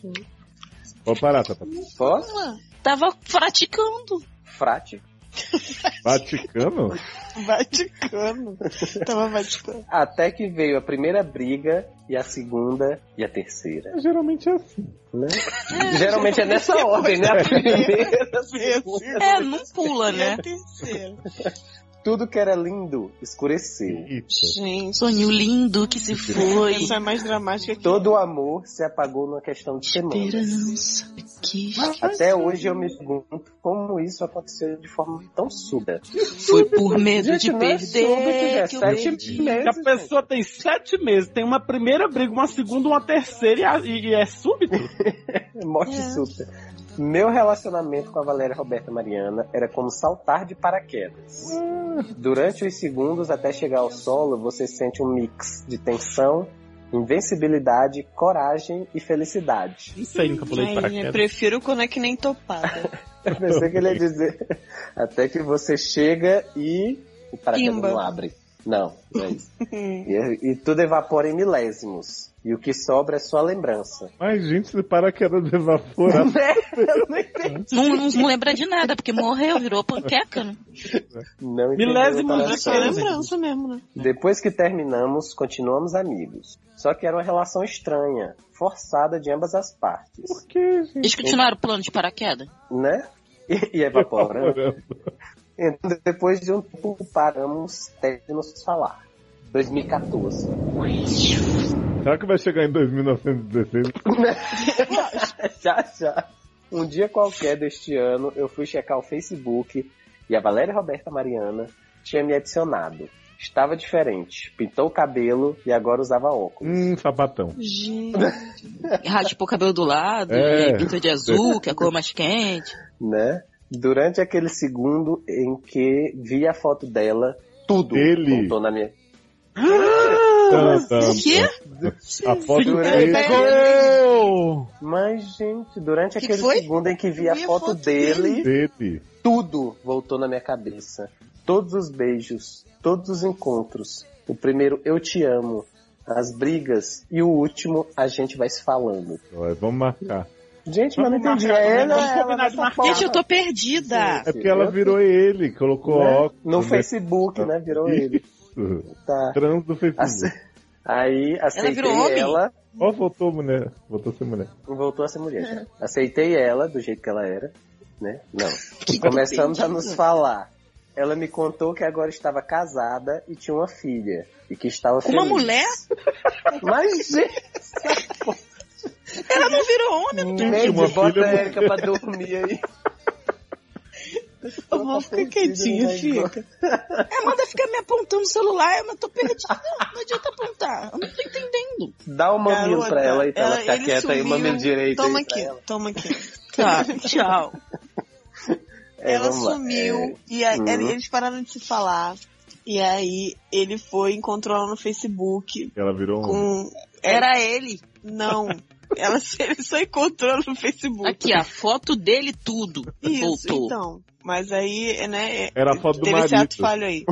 Vou parar, tá? Posso? Tava praticando. Frate. Vaticano? Vaticano. Tava Vaticano. Até que veio a primeira briga, e a segunda, e a terceira. Geralmente é assim. Né? Geralmente é nessa ordem, né? A primeira, a segunda. É, não pula, né? Terceiro. Tudo que era lindo escureceu. Gente, Sonho lindo que se foi. essa é mais dramática que... Todo o amor se apagou numa questão de semanas. Esperança que Até hoje eu me pergunto como isso aconteceu de forma tão súbita. foi por medo Gente, de não é súbito, perder é que eu 7 perdi. meses. Que a pessoa tem 7 meses, tem uma primeira briga, uma segunda, uma terceira e é súbito? Morte súbita. Meu relacionamento com a Valéria Roberta Mariana era como saltar de paraquedas. Durante os segundos até chegar ao solo, você sente um mix de tensão, invencibilidade, coragem e felicidade. Não sei, nunca pulei de Ai, eu paraquedas. prefiro quando é que nem topada. Eu pensei que ele ia dizer até que você chega e o paraquedas Pimba. não abre. Não, não é isso. E tudo evapora em milésimos. E o que sobra é só lembrança. Mas, gente, se paraquedas evaporar... Eu não entendi. Não lembra de nada, porque morreu, virou panqueca, né? Não entendi. Milésimo a É só comparação. lembrança mesmo, né? Depois que terminamos, continuamos amigos. Só que era uma relação estranha, forçada de ambas as partes. Por que, gente? Eles continuaram pulando de paraquedas? Né? E evaporando. Evaporando. Então, depois de um tempo, paramos até de nos falar. 2014. Será que vai chegar em 2916? Já. Um dia qualquer deste ano, eu fui checar o Facebook e a Valéria Roberta Mariana tinha me adicionado. Estava diferente. Pintou o cabelo e agora usava óculos. Sapatão. Gente. Raspou o cabelo do lado, É. e pintou de azul, que é a cor mais quente. Né? Durante aquele segundo em que vi a foto dela, tudo Ele. voltou na minha... O quê? A foto Durante Pegou! Mas, gente, durante Que aquele foi? segundo em que vi a Vi a foto foto dele, dele. tudo voltou na minha cabeça. Todos os beijos, todos os encontros. O primeiro, eu te amo. As brigas. E o último, a gente vai se falando. Ó, vamos marcar. Gente, mas não Vamos entendi. marcar, É vamos ela combinar de nessa marcar. foto. Gente, eu tô perdida. É porque ela virou ele, colocou Né? óculos. No né? Facebook, né? Virou ele. Isso. Tá. Trans do Facebook. Aí aceitei virou homem? ela. Ó, voltou mulher. Voltou a ser mulher. Voltou a ser mulher já. Aceitei ela do jeito que ela era, né? Não. Começamos a nos falar. Ela me contou que agora estava casada e tinha uma filha. E que estava Com uma feliz. mulher? Mas, gente, Ela não virou homem. Neide, uma bota filha, a Erika pra dormir aí. Eu vou ficar quietinha, fica. Manda ficar me apontando no celular, eu tô perdida. Não adianta apontar. Eu não tô entendendo. Dá um mamilo Garota, pra ela e pra ela ficar ele quieta aí, o sumiu. mamilo direito Toma aí pra aqui, ela. toma aqui. Tá, tchau. Ela vamos lá. sumiu e aí, Uhum. eles pararam de se falar. E aí ele foi, encontrou ela no Facebook Ela virou um... com... Era ele. Não, ele só encontrou no Facebook. Aqui, a foto dele, tudo. Isso, Voltou. então. Mas aí, né... Era a foto do teve esse marido. ato falho aí.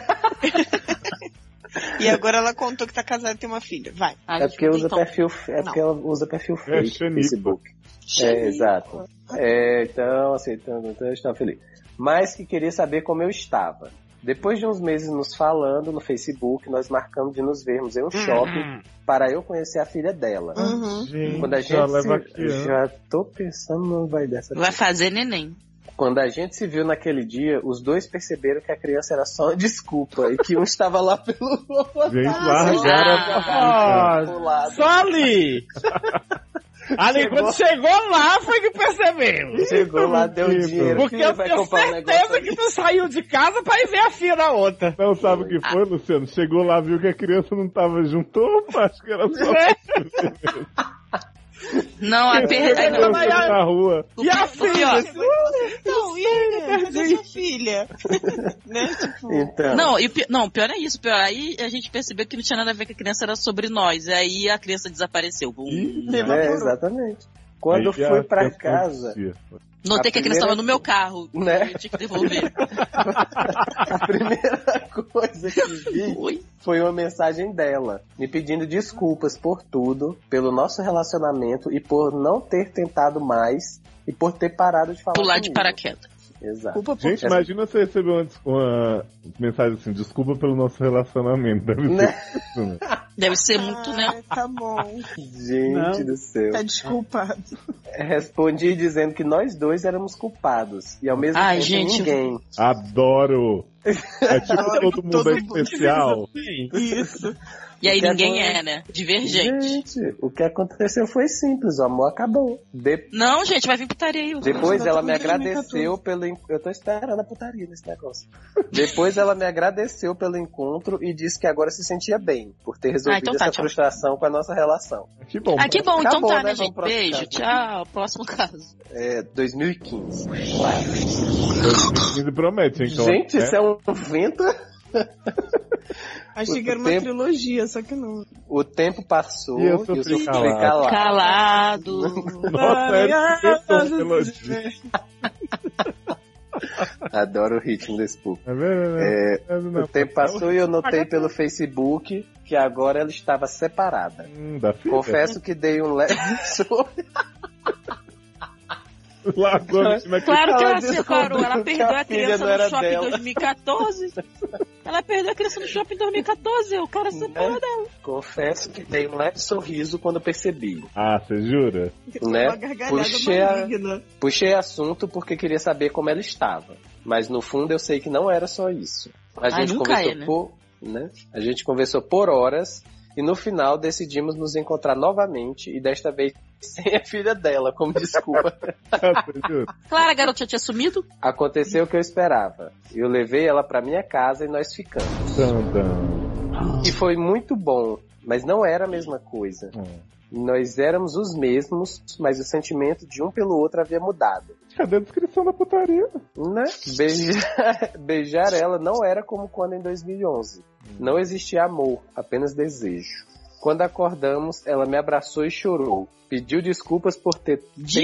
E agora ela contou que tá casada e tem uma filha. Vai. É porque usa então, perfil, porque ela usa perfil fake no xenipa. Facebook. É, exato. Então, assim, então eu estava feliz. Mas que queria saber como eu estava. Depois de uns meses nos falando no Facebook, nós marcamos de nos vermos em um shopping para eu conhecer a filha dela. Gente, Quando a gente já tô pensando não vai dessa. Vai fazer neném. Quando a gente se viu naquele dia, os dois perceberam que a criança era só uma desculpa e que um estava lá pelo outro. Gente, largaram a Só ali! Ali, quando chegou lá, foi que percebeu. Chegou lá, deu dinheiro. Porque eu tenho certeza que tu saiu de casa pra ir ver a filha da outra. Não sabe o que foi, Luciano? Chegou lá, viu que a criança não tava junto. Opa, acho que era só... Não, a perda na rua. E a filha? Não, e aí, cadê sua filha? Né? Tipo... Não, pior é isso. Pior. Aí a gente percebeu que não tinha nada a ver que a criança era sobre nós. Aí a criança desapareceu. Exatamente. Quando eu fui pra casa... Notei que a criança estava no meu carro. Né? Eu tinha que devolver. A primeira coisa que vi foi uma mensagem dela, me pedindo desculpas por tudo, pelo nosso relacionamento e por não ter tentado mais e por ter parado de falar pular comigo. De paraquedas. Exato. Gente, imagina você receber uma mensagem assim, desculpa pelo nosso relacionamento. Deve ser isso, né? Deve ser muito, né? Tá bom. Gente do céu. Tá desculpado. Respondi dizendo que nós dois éramos culpados. E ao mesmo tempo ninguém. Adoro! É tipo todo mundo é especial. Isso. E aí ninguém é, né? Divergente. Gente, o que aconteceu foi simples, o amor acabou. Não, gente, vai vir putaria aí. Depois ela me agradeceu pelo... Eu tô esperando a putaria nesse negócio. Depois ela me agradeceu pelo encontro e disse que agora se sentia bem, por ter resolvido essa frustração com a nossa relação. Que bom. Que bom, acabou, então tá, né, gente? Beijo, tchau. Próximo caso. 2015. 2015 promete, então. Gente, isso é um vento... Achei que era uma trilogia, só que não. O tempo passou e eu sofri calado. Nossa, é trilogia. Adoro o ritmo desse povo. O tempo passou e eu notei pelo Facebook que agora ela estava separada. Confesso que dei um leve Claro que ela separou, ela perdeu a criança no shopping em 2014. Ela perdeu a criança no shopping em 2014, o cara separou dela. Confesso que dei um leve sorriso quando percebi. Ah, você jura? Né? Puxei assunto porque queria saber como ela estava. Mas no fundo eu sei que não era só isso. A gente conversou A gente conversou por horas. E no final decidimos nos encontrar novamente e desta vez sem a filha dela, como desculpa. Claro, a garota tinha sumido? Aconteceu o que eu esperava. Eu levei ela pra minha casa e nós ficamos. E foi muito bom, mas não era a mesma coisa. Nós éramos os mesmos, mas o sentimento de um pelo outro havia mudado. Cadê a descrição da putaria? Né? Beijar ela não era como quando em 2011. Não existia amor, apenas desejo. Quando acordamos, ela me abraçou e chorou. Pediu desculpas por ter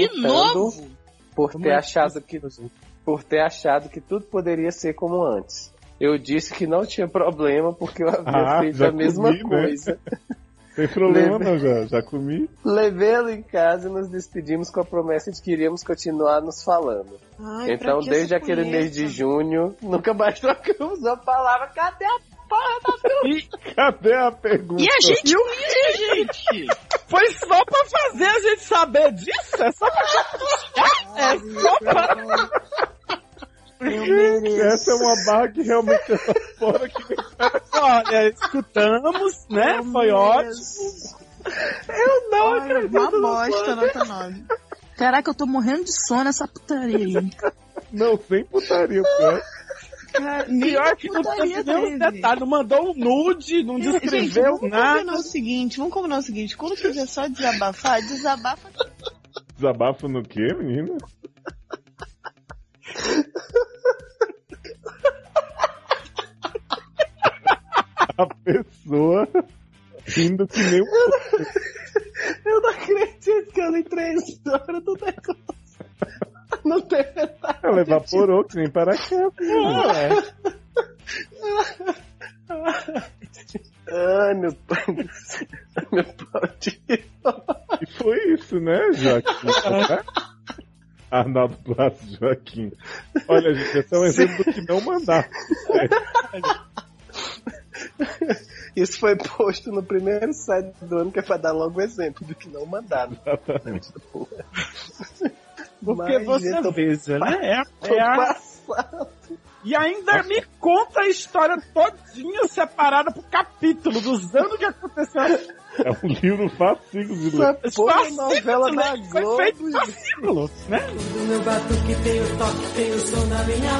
por ter achado que tudo poderia ser como antes. Eu disse que não tinha problema porque eu havia feito a mesma coisa. Né? Sem problema não, já comi. Levei ela em casa e nos despedimos com a promessa de que iríamos continuar nos falando. Então, desde aquele mês de junho, nunca mais trocamos a palavra. Cadê a porra da pergunta? Cadê a pergunta? E a gente gente? Foi só pra fazer a gente saber disso? É só pra... Essa é uma barra que realmente é fora que... Olha, escutamos, né? Foi ótimo. Eu não acredito. Uma bosta, nota 9. Caraca, eu tô morrendo de sono nessa putaria aí. Não, sem putaria, pior. Pior que não teve um detalhe, não mandou um nude, não descreveu nada. Vamos combinar o seguinte, quando quiser só desabafar, desabafa. Desabafa no quê, menina? A pessoa rindo que nem Eu não acredito que ela entrei na história do negócio. Não tem detalhe. Ela evaporou que nem paraquedas. Ai, meu pai do céu. Meu pai de... E foi isso, né, Joaquim? Arnaldo Plácido Joaquim. Olha, gente, esse é um exemplo do que não mandar. Isso foi posto no primeiro site do ano, que é pra dar logo o exemplo do que não mandaram. Exatamente. Porque você veja, né? E ainda me conta a história todinha separada por capítulo, dos anos que aconteceu. É um livro facinho de ler. Foi novela da Globo. Foi feito fascículo, né? Do meu batuque tem o toque, tem o som da minha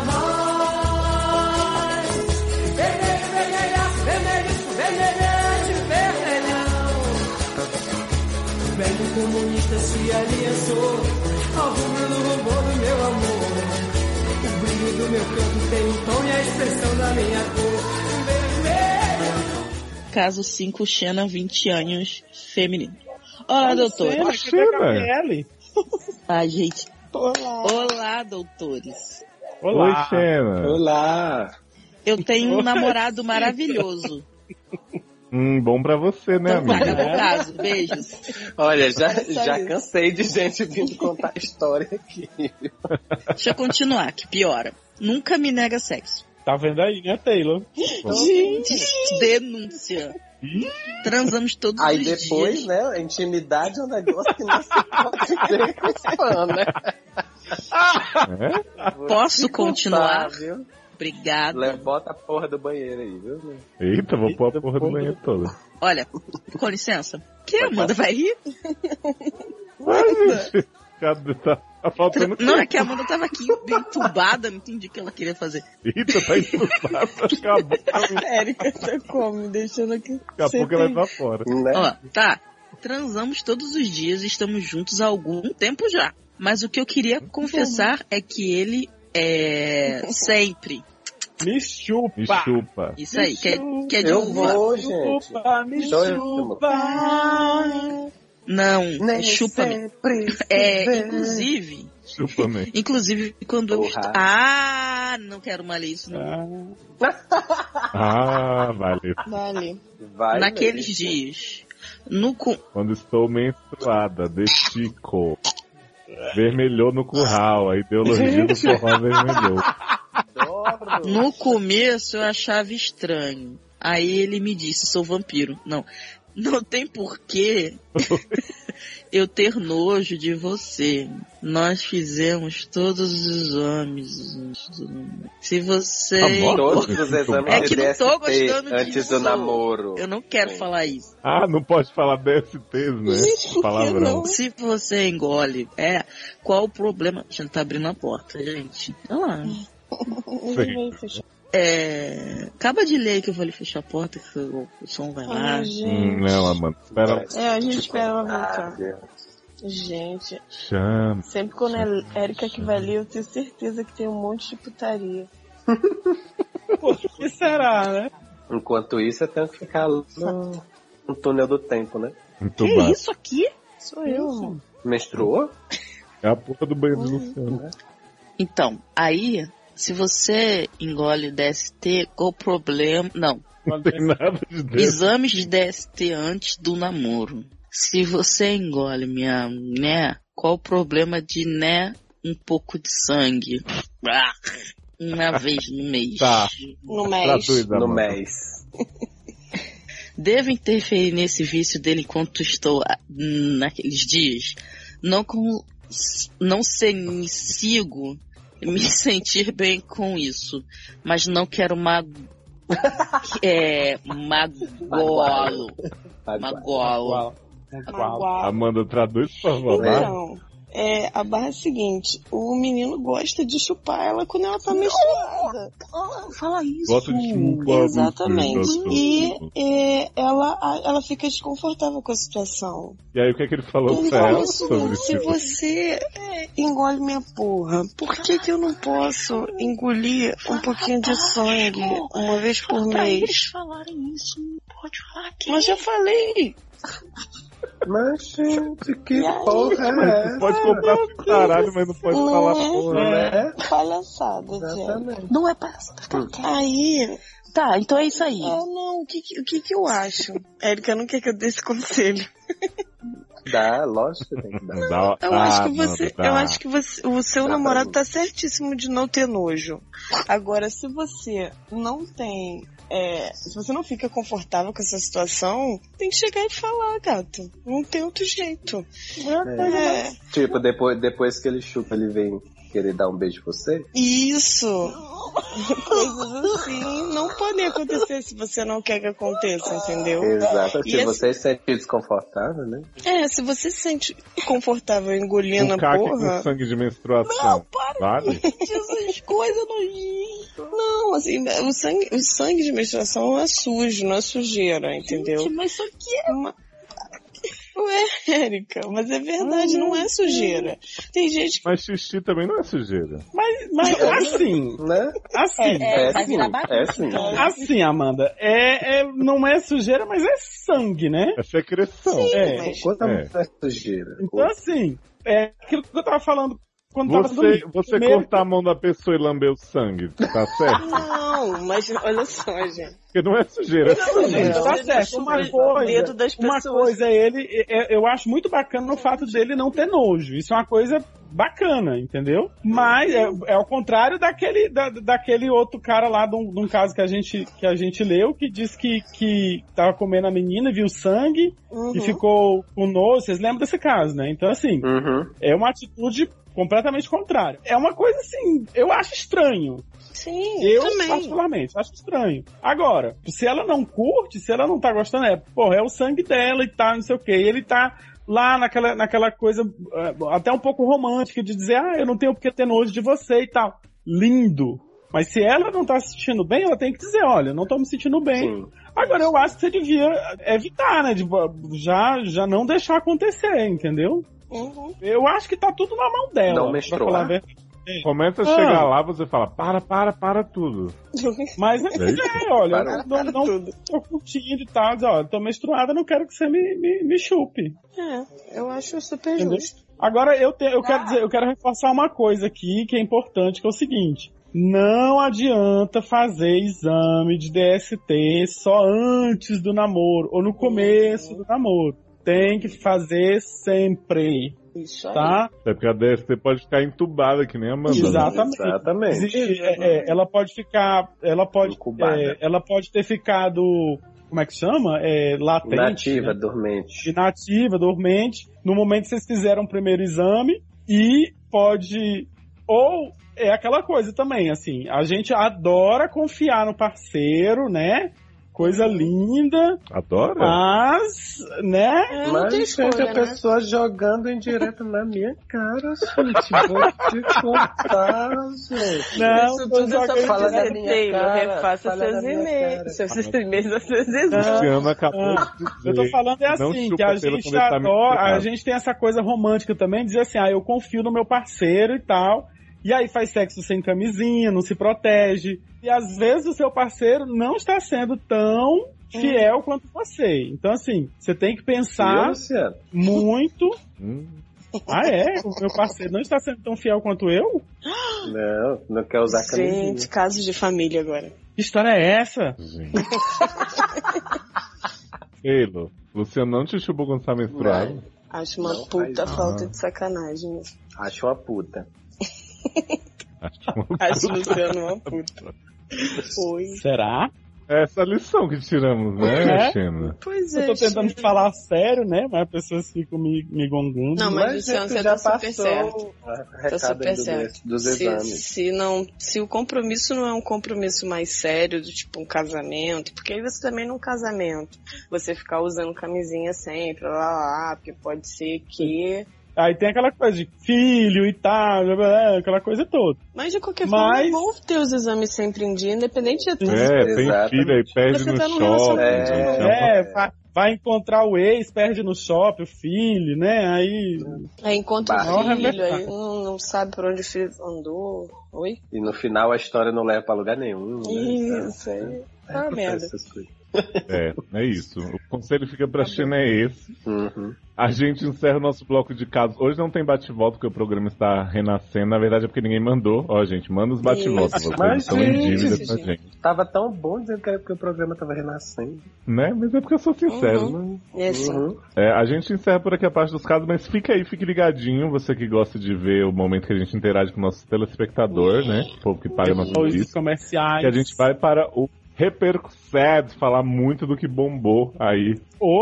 voz. Vermelho, vermelhaço, vermelho, vermelhante, vermelhão. O velho comunista se aliançou ao rumo do rumor do meu amor. O brilho do meu canto tem o tom e a expressão da minha cor. Vermelho. Caso 5, Xena, 20 anos, feminino. Olá, doutora. Ah, gente. Olá, doutores. Olá. Oi, Xena. Olá. Eu tenho um namorado maravilhoso. Bom pra você, né, então, amiga? Então, no caso, beijos. Olha, já cansei de gente vindo contar história aqui. Deixa eu continuar, que piora. Nunca me nega sexo. Tá vendo aí, né, Taylor? Gente, denúncia. Transamos todos aí os dias. Aí depois, né, a intimidade é um negócio que não se pode ter com fã, né? Posso continuar? Viu? Obrigada. Bota a porra do banheiro aí, viu? Eita, vou pôr a porra do banheiro toda. Olha, com licença. Que a Amanda vai rir? Tá faltando não, é que a Amanda tava aqui entubada, não entendi o que ela queria fazer. Eita, tá entubada, acabou. Érica, você come, deixando aqui. Daqui a pouco ela vai pra fora. Né? Ó, tá. Transamos todos os dias e estamos juntos há algum tempo já. Mas o que eu queria confessar é que ele é sempre... Me chupa. Me chupa. Isso aí, quer de eu uva. Vou, gente. Me chupa. Não, chupa-me. Inclusive... Chupa-me. Inclusive, quando eu... não quero mais ler isso, não. Vale. Vai naqueles dias. Quando estou menstruada, de Chico. Vermelhou no curral, a ideologia do forró vermelhou. No começo eu achava estranho. Aí ele me disse, sou vampiro. Não tem porquê eu ter nojo de você. Nós fizemos todos os exames. Se você... todos os exames é que não tô gostando antes disso. Do namoro. Eu não quero falar isso. Não pode falar DSTs, né? Palavrão. Se você engole, qual o problema? A gente tá abrindo a porta, gente. Olha lá. Acaba de ler que eu vou lhe fechar a porta, que o som vai lá. Não, Amanda, espera. A gente espera ela voltar. Gente, chama. Sempre quando é Érica que vai ler, eu tenho certeza que tem um monte de putaria. Pô, o que será, né? Enquanto isso, eu tenho que ficar no túnel do tempo, né? Que isso aqui? Sou eu. Menstruou? É a porra do banheiro do Luciano. Então, aí... Se você engole DST, qual o problema? Não tem nada de DST. Exames de DST antes do namoro. Se você engole qual o problema de, um pouco de sangue? Uma vez no mês. Tá. No mês. Devo interferir nesse vício dele enquanto estou naqueles dias? Não sigo me sentir bem com isso, mas não quero magoá-lo. Amanda, traduz, por favor. Não. A barra é a seguinte: o menino gosta de chupar ela quando ela tá menstruada. Fala isso. Gosta de chupar. Exatamente. E ela fica desconfortável com a situação. E aí o que é que ele falou pra ela sobre isso? Se você engole minha porra, por que eu não posso engolir um pouquinho de sangue uma vez por mês? Eles falarem isso, não pode falar aqui. Mas já falei. Mas, gente, que porra é essa? Pode comprar pro caralho, mas não pode falar porra, né? Palhaçada, gente. Não é palhaçada. Aí... Tá, então é isso aí. Não, o que eu acho? Érica não quer que eu dê esse conselho. Dá, lógico que tem que dar. Não, eu acho que o seu namorado tá certíssimo de não ter nojo. Agora, se você não tem... se você não fica confortável com essa situação, tem que chegar e falar, gato. Não tem outro jeito. Tipo, depois que ele chupa, ele vem querer dar um beijo pra você? Isso! Coisas assim não podem acontecer se você não quer que aconteça, entendeu? Exato. Se você se sente desconfortável, né? Se você se sente confortável engolindo a porra... com sangue de menstruação. Não, para essas coisas nojentas. Não, assim, o sangue de menstruação não é sujo, não é sujeira, entendeu? Gente, mas isso aqui é... Ué, Érica, mas é verdade, não é sujeira. Tem gente que... Mas xixi também não é sujeira. Mas assim, né? Assim, Amanda, não é sujeira, mas é sangue, né? É secreção. Quanto é sujeira? Então assim, aquilo que eu tava falando quando você cortar a mão da pessoa e lamber o sangue, tá certo? Não, mas olha só, gente. Porque não é sujeira. Tá certo. Uma coisa é ele... eu acho muito bacana o fato dele não ter nojo. Isso é uma coisa bacana, entendeu? Mas é ao contrário daquele outro cara lá de um caso que a gente leu, que disse que tava comendo a menina, viu sangue e ficou com nojo. Vocês lembram desse caso, né? Então, assim, é uma atitude completamente contrária. É uma coisa assim, eu acho estranho. Sim, eu também. Particularmente acho estranho. Agora, se ela não curte, se ela não tá gostando, é o sangue dela e tal, não sei o que. Ele tá lá naquela coisa até um pouco romântica de dizer, eu não tenho por que ter nojo de você e tal. Lindo. Mas se ela não tá se sentindo bem, ela tem que dizer, olha, não tô me sentindo bem. Sim. Agora, eu acho que você devia evitar, né? Já não deixar acontecer, entendeu? Eu acho que tá tudo na mão dela. Não menstruar. Começa a chegar lá, você fala, para tudo. Mas olha, eu não tô curtindo e tal, olha, tô menstruada, não quero que você me chupe. Eu acho super justo. Agora, eu quero reforçar uma coisa aqui que é importante, que é o seguinte. Não adianta fazer exame de DST só antes do namoro, ou no começo do namoro. Tem que fazer sempre. Isso aí. Tá? É porque a DST pode ficar entubada, que nem a Amanda. Exatamente. Ela pode ficar. Ela pode ter ficado. Como é que chama? Latente. Inativa, né? dormente. Inativa, dormente. No momento que vocês fizeram o primeiro exame. E pode. Ou é aquela coisa também, assim. A gente adora confiar no parceiro, né? Coisa linda. Adora? Mas, né? Mas a pessoa jogando em direto na minha cara, gente. Vou te contar, gente. Não, isso tudo só fala da minha cara. Refaça seus e-mails. Seus e-mails a seus exames. Acabou eu tô falando assim, que a gente adora, a gente tem essa coisa romântica também, dizer assim, eu confio no meu parceiro e tal. E aí faz sexo sem camisinha, não se protege. E às vezes o seu parceiro não está sendo tão fiel quanto você. Então, assim, você tem que pensar muito. O meu parceiro não está sendo tão fiel quanto eu? Não quer usar camisinha. Gente, casos de família agora. Que história é essa? Ei, Lu, você não te chupou quando tá menstruado? Acho uma puta falta de sacanagem. Acho uma puta. Acho o Luciano uma puta. Oi. Será? É essa lição que tiramos, né, Xena? Pois é. Eu tô tentando falar sério, né? Mas as pessoas ficam me gongando. Não, mas Luciano, você tá super certo. Tá super certo. Dos exames. Se o compromisso não é um compromisso mais sério, do tipo um casamento, porque aí você também num casamento, você ficar usando camisinha sempre, porque pode ser que... Aí tem aquela coisa de filho e tal, aquela coisa toda. Mas de qualquer forma, é bom ter os exames sempre em dia, independente de tudo. Tem filho aí, perde no shopping. Vai encontrar o ex, perde no shopping, o filho, né? Aí encontra o filho, aí não sabe por onde o filho andou. Oi? E no final a história não leva pra lugar nenhum. Isso, aí. Merda. É isso. O conselho fica pra Xena é esse. A gente encerra o nosso bloco de casos. Hoje não tem bate-volta, porque o programa está renascendo. Na verdade é porque ninguém mandou. Ó, gente, manda os bate-voltas. Vocês estão em dívida pra gente. Tava tão bom dizendo que era porque o programa tava renascendo. Né? Mas é porque eu sou sincero, né? A gente encerra por aqui a parte dos casos, mas fica aí, fique ligadinho. Você que gosta de ver o momento que a gente interage com o nosso telespectador, né? O povo que paga nosso serviço. Comerciais. Que a gente vai para o Repercussed, falar muito do que bombou aí.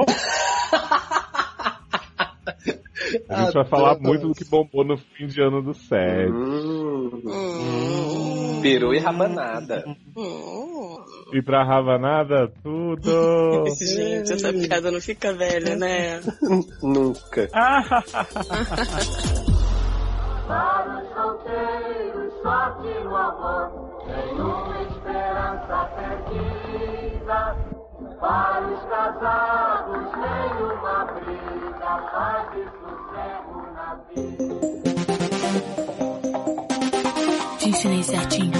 A gente vai falar muito do que bombou no fim de ano do SED. Peru e rabanada. E pra rabanada, tudo. Gente, essa piada não fica velha, né? Nunca. Para os solteiros, sorte no amor, nenhuma esperança perdida. Para os casados, nenhuma briga, paz e sossego na vida. Te ensinei certinho.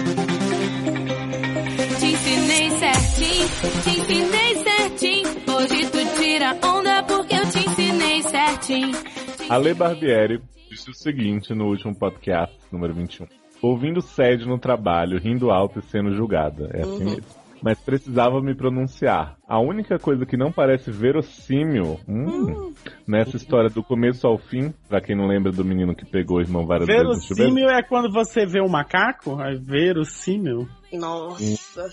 Te ensinei certinho, te ensinei certinho. Hoje tu tira onda porque eu te ensinei certinho. Ale Barbieri disse o seguinte no último podcast, número 21. Ouvindo SED no trabalho, rindo alto e sendo julgada. É assim mesmo. Mas precisava me pronunciar. A única coisa que não parece verossímil nessa história do começo ao fim, pra quem não lembra do menino que pegou o irmão várias vezes no chuveiro. Verossímil é quando você vê um macaco? É verossímil? Nossa.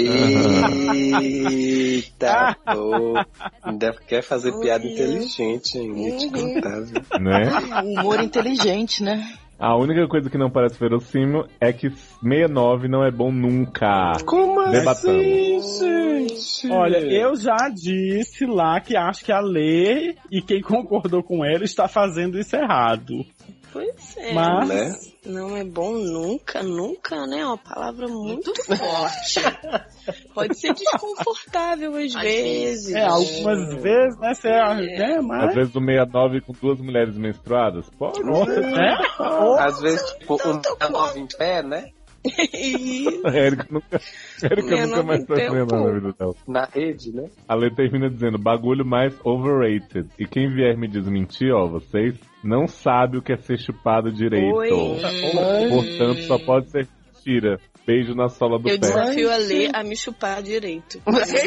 Eita, pô. Ainda quer fazer piada inteligente ainda, te contar, viu? Né? Humor inteligente, né? A única coisa que não parece verossímil é que 69 não é bom nunca. Como assim, gente? Olha, eu já disse lá que acho que a Lê e quem concordou com ela está fazendo isso errado. Pois é. Mas... né? Não é bom nunca, né? É uma palavra muito forte. Pode ser desconfortável às vezes. Algumas vezes, né? Mas... Às vezes o 69 com 2 mulheres menstruadas? Pode. Às vezes, tipo, um 69 em pé, né? Érica nunca mais tá vendo na vida dela. Na rede, né? A Lê termina dizendo, bagulho mais overrated. E quem vier me desmentir, ó, vocês não sabem o que é ser chupado direito. Portanto, só pode ser mentira. Beijo na sola do pé. Eu desafio a Lê a me chupar direito.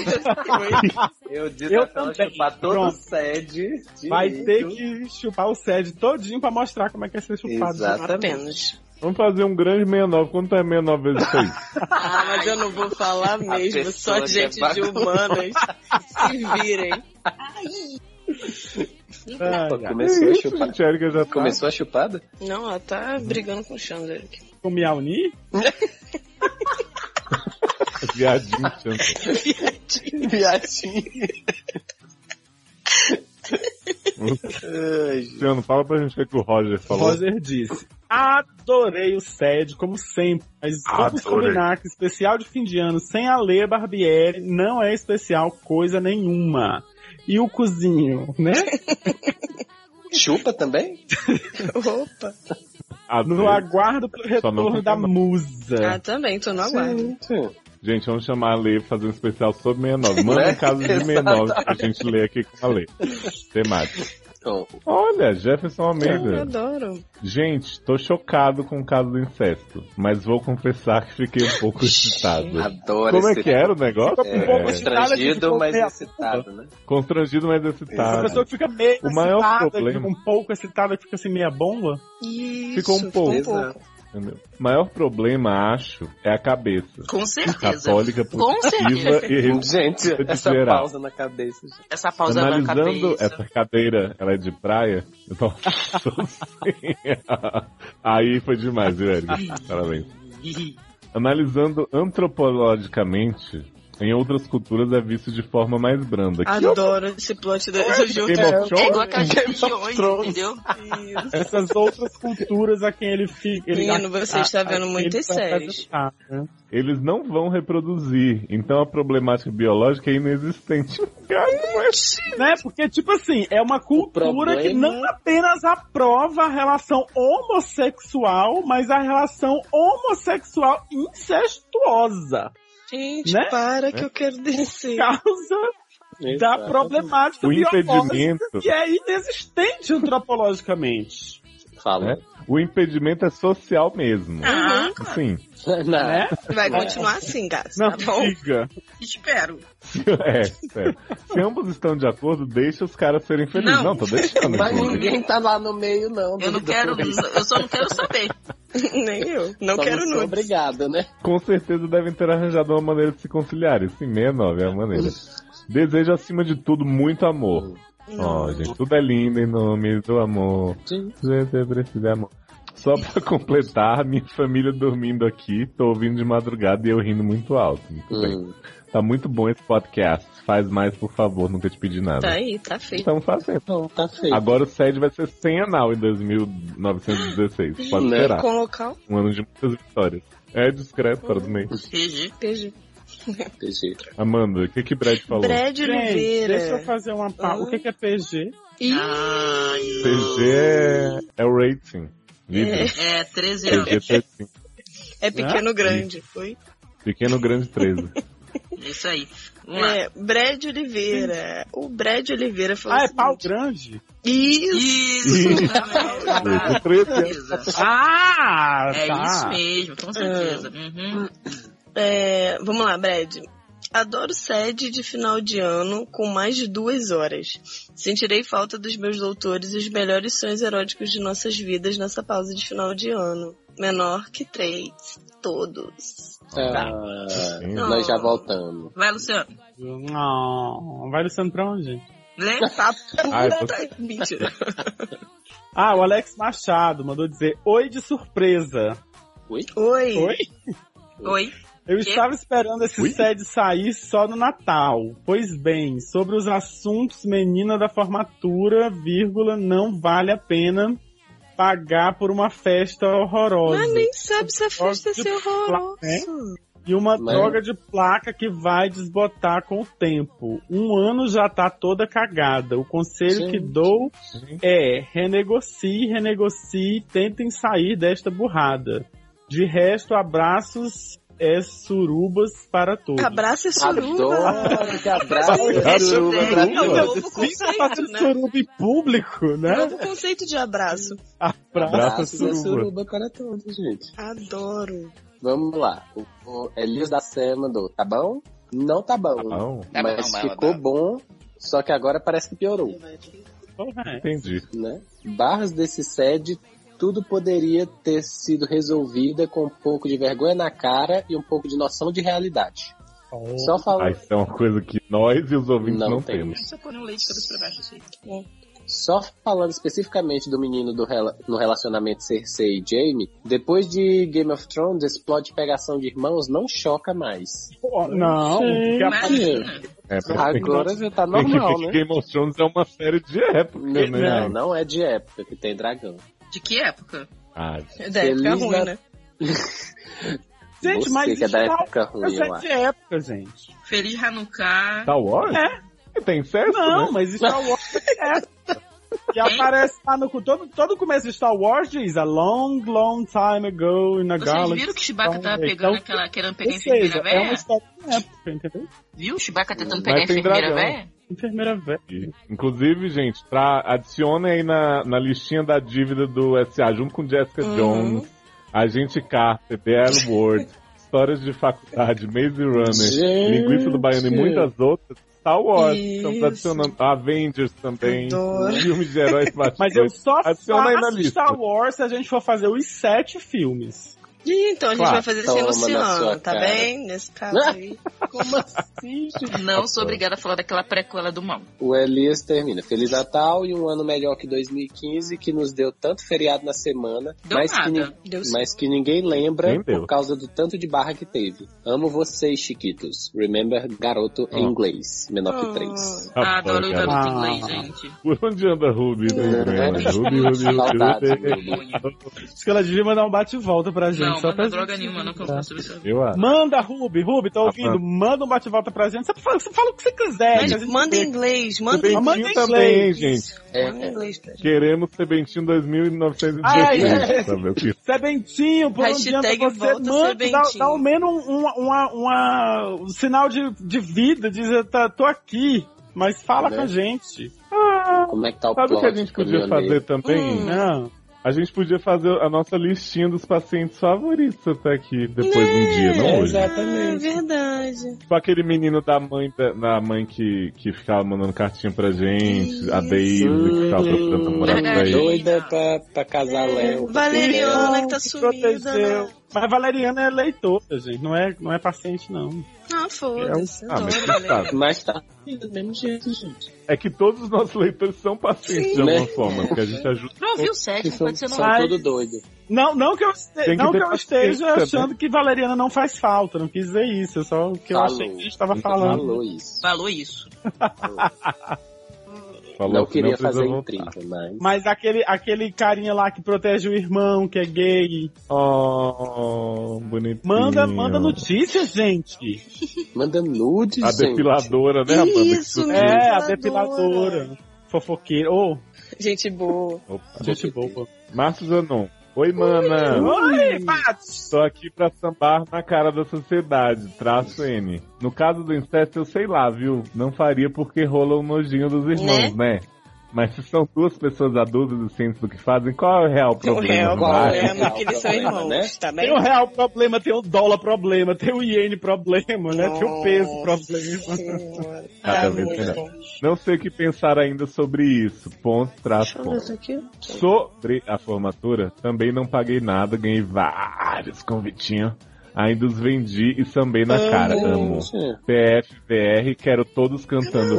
Eu desafio a chupar todo o SED. Vai ter que chupar o SED todinho pra mostrar como é que é ser chupado. Exatamente. Apenas. Vamos fazer um grande 69. Quanto é 69 vezes 6? Mas eu não vou falar mesmo. Só gente de humanas se virem. Começou a chupar. Já tá. Começou a chupada? Não, ela tá brigando com o Xander aqui. Com o Miauni? Viadinho. Luciano, fala pra gente o que o Roger falou. O Roger disse: adorei o SED, como sempre, mas vamos combinar que especial de fim de ano sem a Lê Barbieri não é especial coisa nenhuma. E o cozinho, né? Chupa também? Opa! No aguardo pelo retorno da musa. Também, tô no aguardo. Sim. Gente, vamos chamar a Lê pra fazer um especial sobre 69. Manda um caso de 69 que a gente lê aqui com a Lê. Temática. Olha, Jefferson Almeida. Eu adoro. Gente, tô chocado com o caso do incesto, mas vou confessar que fiquei um pouco excitado. Adoro. Como é que era o negócio? Constrangido, mas excitado, né? Constrangido, mas excitado. A pessoa que fica meio o maior excitada, problema... fica um pouco excitada, fica assim meia bomba. Isso, ficou um pouco. Exato. Entendeu? O maior problema, acho, é a cabeça. Com certeza. Católica, positiva e gente, essa geral. pausa na cabeça. Essa pausa Analisando na cabeça. essa cadeira, ela é de praia? Aí foi demais, viu, Eric? Parabéns. Analisando antropologicamente, em outras culturas é visto de forma mais branda. Adoro esse plot do jogo. É igual a Game of Thrones, entendeu? Isso. Essas outras culturas a quem ele fica... Menino, você está vendo muitas séries. Eles não vão reproduzir, então a problemática biológica é inexistente. Né? Porque, tipo assim, é uma cultura que não apenas aprova a relação homossexual, mas a relação homossexual incestuosa. Gente, né? para que eu quero descer. Causa da problemática o biológica impedimento que é inexistente antropologicamente. Fala. O impedimento é social mesmo. Sim. Né? Vai continuar assim, gato. Não, Tá bom? diga. Espero. Sério. Se ambos estão de acordo, deixa os caras serem felizes. Não, tô deixando. Mas inclusive. ninguém tá lá no meio, não. Eu não quero, eu só não quero saber. Nem eu. Não Só quero sou nudes. obrigado, né? Com certeza devem ter arranjado uma maneira de se conciliarem. Sim, 69 é a maneira. Desejo, acima de tudo, muito amor. Ó, gente, tudo é lindo em nome do amor. Sim. Você precisa de amor. Só pra completar, minha família dormindo aqui, tô ouvindo de madrugada e eu rindo muito alto. Muito bem. Tá muito bom esse podcast. Faz mais, por favor, nunca te pedi nada. Tá aí, tá feito. Estamos fazendo. Não, tá feio. Agora o SED vai ser 100 anal em 2916. Pode esperar. Com local? Um ano de muitas vitórias. É discreto, fora do meio. PG. PG. Amanda, o que Brad falou? Brad Oliveira. Deixa eu fazer uma pausa. O que é PG? PG é o rating. É 13 anos. PG 13. É pequeno grande, foi? Pequeno grande 13. Isso aí. Vamos lá. Brad Oliveira. O Brad Oliveira falou Ah, é assim, pau grande? Isso. Também. 13 Ah, É tá. isso mesmo, com certeza. Uhum. Vamos lá, Brad. Adoro sede de final de ano com mais de 2 horas. Sentirei falta dos meus doutores e os melhores sonhos eróticos de nossas vidas nessa pausa de final de ano. Menor que 3. Todos. Nós já voltamos. Vai, Luciano. Não. Vai Luciano pra onde? Lê? Mentira. Ah, o Alex Machado mandou dizer: oi de surpresa. Oi. Oi. Eu estava esperando esse SED sair só no Natal. Pois bem, sobre os assuntos menina da formatura, vírgula, não vale a pena pagar por uma festa horrorosa. Mas nem sabe se a festa é horrorosa. E uma droga de placa que vai desbotar com o tempo. Um ano já tá toda cagada. O conselho que dou é renegocie, tentem sair desta burrada. De resto, abraços surubas para todos. Abraço é suruba. Adoro que abraço É suruba pra todos. novo conceito, né? Suruba em público, né? Novo conceito de abraço. Abraço é suruba para todos, gente. Adoro. Vamos lá. O Elias da Sé mandou, tá bom? Não tá bom. Mas ficou bom, só que agora parece que piorou. Entendi. Né? Barras desse SED, tudo poderia ter sido resolvida com um pouco de vergonha na cara e um pouco de noção de realidade. Só falando. Isso é uma coisa que nós e os ouvintes não temos. Só pôr um leite de cabeça pra baixo, assim. Só falando especificamente do menino no relacionamento Cersei e Jaime, depois de Game of Thrones, esse plot de pegação de irmãos não choca mais. Não, agora já tá normal, né? Game of Thrones é uma série de época, né? Não é de época que tem dragão. De que época? Da época ruim, né? Gente, mas que é da época ruim, eu acho. de época, gente. Feliz Hanukkah. Star Wars? Tem incesto, não, né? Mas Star Wars é que aparece lá no... Todo começo de Star Wars diz a long, long time ago in a galaxy. Vocês viram que o Chewbacca tava pegando querendo pegar a enfermeira velha? É uma história de época, entendeu? Viu? O Chewbacca tentando pegar a enfermeira velha? Enfermeira velha. Inclusive, gente, adicionem aí na listinha da dívida do SA, junto com Jessica Jones, Agente Carter, The L Word, Histórias de Faculdade, Maze Runner, Linguiça do Baiano e muitas outras. Star Wars, estamos adicionando Avengers também, filmes de heróis. Mas eu só faço Star Wars se a gente for fazer os 7 filmes. Então a gente vai fazer sem Luciano, tá bem? Nesse caso aí. Como assim? Não sou obrigada a falar daquela prequela do mal. O Elias termina. Feliz Natal e um ano melhor que 2015, que nos deu tanto feriado na semana, mas que ninguém lembra por causa do tanto de barra que teve. Amo vocês, chiquitos. Remember, garoto em inglês, menor que 3. Adoro o garoto em inglês, gente. Por onde anda Ruby? Ruby. Acho que ela devia mandar um bate-volta pra gente. gente só manda droga nenhuma, não, que eu não consigo saber. Manda, Ruby, tô ouvindo. Manda um bate-volta pra gente. Você fala o que você quiser. Manda em inglês, manda em inglês também, gente. Manda em inglês, cara. Queremos Sebentinho 2916. Sabe o que? Sebentinho, por onde anda você, manda, dá ao menos um sinal de vida, diz, tô aqui. Mas fala com a gente. Como é que tá o Sabe o plot que a gente podia fazer também? A gente podia fazer a nossa listinha dos pacientes favoritos até aqui, depois de um dia, não hoje. Exatamente. É verdade. Tipo aquele menino da mãe que ficava mandando cartinha pra gente, a Daisy, que ficava procurando namorado pra ele. Doida pra casar Léo. Valeriana que tá sumida, né? Mas Valeriana é leitora, gente, não é paciente, não. Ah, foda-se. Mas tá do mesmo jeito, gente. É que todos os nossos leitores são pacientes de alguma forma, porque a gente ajuda. Não ouviu o SED, pode ser São tudo doido. Não que eu esteja achando que Valeriana não faz falta, não quis dizer isso, só que eu achei que a gente estava falando. Falou isso. Não queria fazer intriga, mas aquele carinha lá que protege o irmão, que é gay. Oh, bonitinho. Manda notícias, gente. Manda nudes, a depiladora, né, Amanda? Isso, a depiladora. Fofoqueira. Gente boa. Gente boa. Márcio Zanon. Oi, mana! Oi, Matos! Tô aqui pra sambar na cara da sociedade, traço N. No caso do incesto, eu sei lá, viu? Não faria porque rola o nojinho dos irmãos, né? Mas se são duas pessoas adultas e cientes do que fazem, qual é o real problema? O real problema é que eles são irmãos, né? Tá bem? Tem o real problema, tem o dólar problema, tem o iene problema, né? Tem o peso problema. Cada vez melhor. Não sei o que pensar ainda sobre isso. Ponto. Sobre a formatura, também não paguei nada, ganhei vários convitinhos. Ainda os vendi e sambei na cara. Amo. PF, VR, quero todos cantando.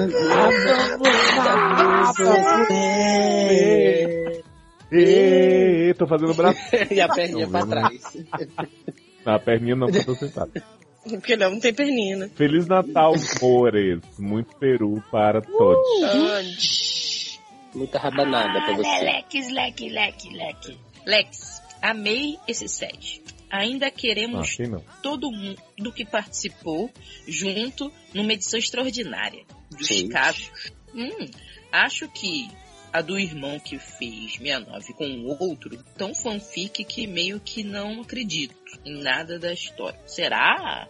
Tô fazendo o braço. E a perninha pra trás. A perninha não, tô sentada. Porque não tem perninha, né? Feliz Natal, amores. Muito peru para todos. Muita rabanada pra você. Lex, amei esse set. Ainda queremos todo mundo que participou junto numa edição extraordinária dos casos. Acho que a do irmão que fez 69 com o outro, tão fanfic que meio que não acredito em nada da história. Será?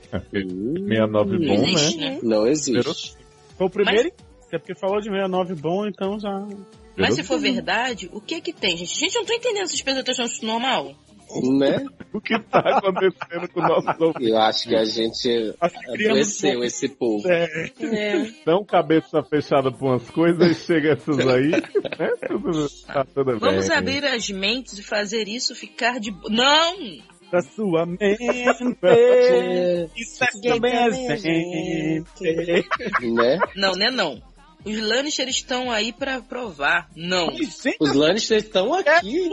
69 bom, existe, né? Não existe. Foi o primeiro, é porque falou de 69 bom, então já... Mas se for verdade, o que tem, gente? Gente, eu não tô entendendo essas pessoas achando isso normal. Né? O que tá acontecendo com o nosso ouvido? Eu acho que a gente adoeceu esse povo. Tão cabeça fechada por umas coisas e chega essas aí, né? Tudo bem. Vamos abrir as mentes e fazer isso ficar de... Não! Da sua mente. Isso também é gente. Né? Não. Os Lannister estão aí pra provar. Não. Os Lannister estão aqui.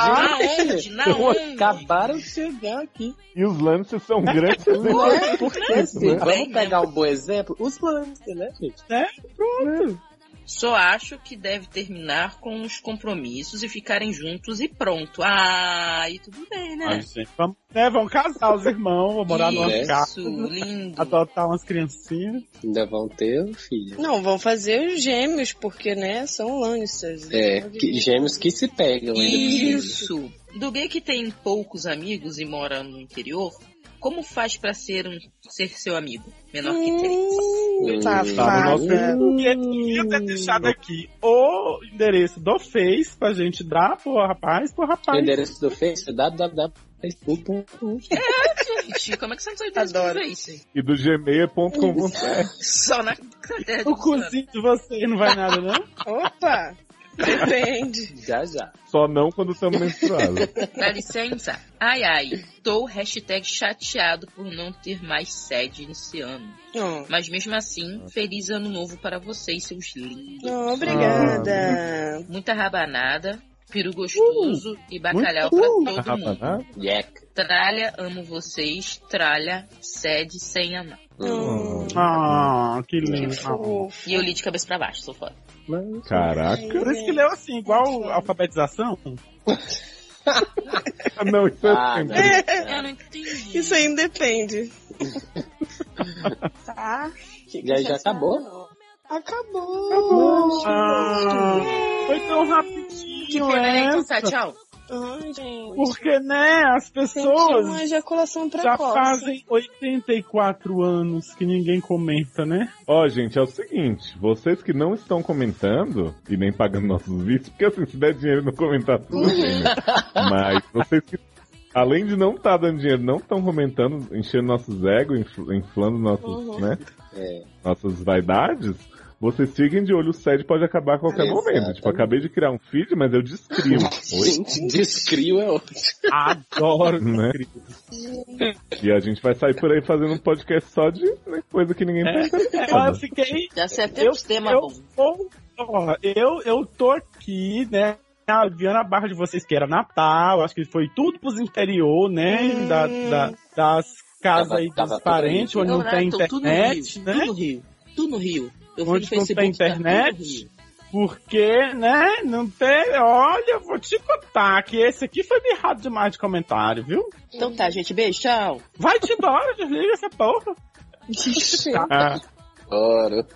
Na onde? Acabaram de chegar aqui. E os Lannister são grandes. Porque assim, vamos pegar um bom exemplo. Os Lannister, né, gente? Pronto. Só acho que deve terminar com os compromissos e ficarem juntos e pronto. E tudo bem, né? Vão casar os irmãos, vão morar numa casa. Lindo. Adotar umas criancinhas. Ainda vão ter filho. Não, vão fazer os gêmeos, porque, né, são Lannisters. Gêmeos que se pegam. Isso. Do gay que tem poucos amigos e mora no interior, como faz pra ser seu amigo? Menor que 3. Safada. Queria ter deixado aqui o endereço do Face pra gente dar pro rapaz. O endereço do Face é www.facebook.com. Gente, como é que você não sabe disso do Face? E do gmail.com.br. Só na o cozinho de vocês não vai nada, não? Opa! Depende. Já. Só não quando estamos menstruados. Dá licença. Ai. Tô #chateado por não ter mais sede nesse ano. Mas mesmo assim, feliz ano novo para vocês, seus lindos. Obrigada. Muita rabanada, peru gostoso e bacalhau pra todo mundo. Tralha, amo vocês. Tralha, sede sem amar. Que lindo. E eu li de cabeça pra baixo, sou foda. Caraca. Por isso que leu assim, igual alfabetização. Não, isso é sempre. Eu não entendi. Isso aí depende. Tá? Já acabou? Acabou. Foi tão rapidinho, Que pena, né? Então tá, tchau. Ai, gente. Porque, né, as pessoas Uma ejaculação já precoce. fazem 84 anos que ninguém comenta, né? Ó, gente, é o seguinte, vocês que não estão comentando e nem pagando nossos vídeos, porque assim, se der dinheiro não comentar tudo bem, né? Mas vocês que, além de não estar dando dinheiro, não estão comentando, enchendo nossos egos, inflando nossos, né? Nossas vaidades, vocês fiquem de olho, o SED pode acabar a qualquer momento. Tipo, acabei de criar um feed, mas eu descrio. Gente, descrio é ótimo. Adoro, né? E a gente vai sair por aí fazendo um podcast só de coisa que ninguém tá interessado. Eu fiquei... Já sei até os temas bons. Eu tô aqui, né, aliviando a barra de vocês que era Natal, acho que foi tudo pros interior, né, das casas aí dos parentes, onde não tem internet, né? Tudo no Rio. Eu onde não tem internet, porque, né, não tem... Olha, eu vou te contar que esse aqui foi mirrado demais de comentário, viu? Então tá, gente, beijo, tchau. Vai-te embora, desliga essa porra. Ora.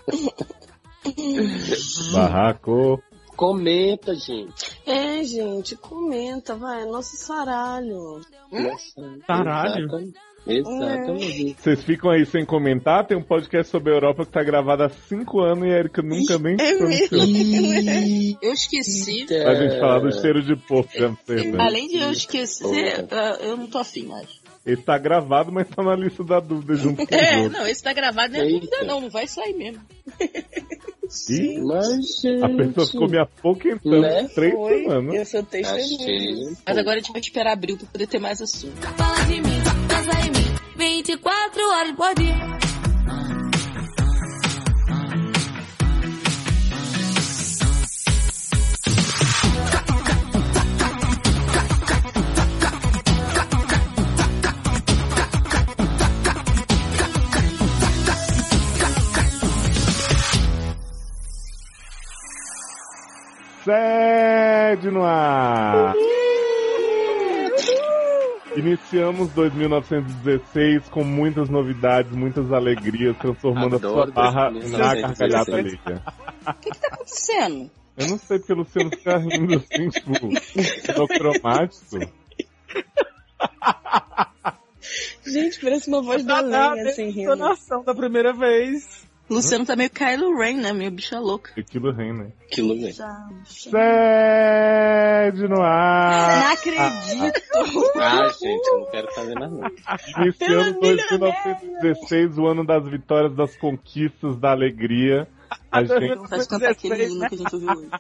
Barraco. Comenta, gente. Gente, comenta, vai. Nosso saralho. Saralho? Exatamente. Vocês ficam aí sem comentar, tem um podcast sobre a Europa que tá gravado há 5 anos e a Erika nunca nem pronunciou. Eu esqueci. A gente falar do cheiro de porco de Amsterdã. Além de eu esquecer, eu não tô afim mais. Ele tá gravado, mas tá na lista da dúvida junto com os outros. Não, esse tá gravado, não é dúvida não vai sair mesmo. E mas, a pessoa ficou me apoquentando, né? 3 semanas. Eu sou testemunha. Mas agora a gente vai esperar abril pra poder ter mais assunto. Fala de mim, dança em mim, 24 horas por dia. SED no ar! Iniciamos 2916 com muitas novidades, muitas alegrias, transformando a sua barra na gargalhada alheia. O que tá acontecendo? Eu não sei porque o Luciano fica rindo assim, tipo, monocromático. Gente, parece uma voz da lenha, assim, rindo. Entonação da primeira vez. Luciano tá meio Kylo Ren, né? Meio bicha louca. Aquilo rei, né? Aquilo vem. SED no ar! Não acredito! Gente, eu não quero fazer nada não. Iniciando 2916, o ano das vitórias, das conquistas, da alegria. A gente... Faz cantar aquele hino que a gente ouviu hoje.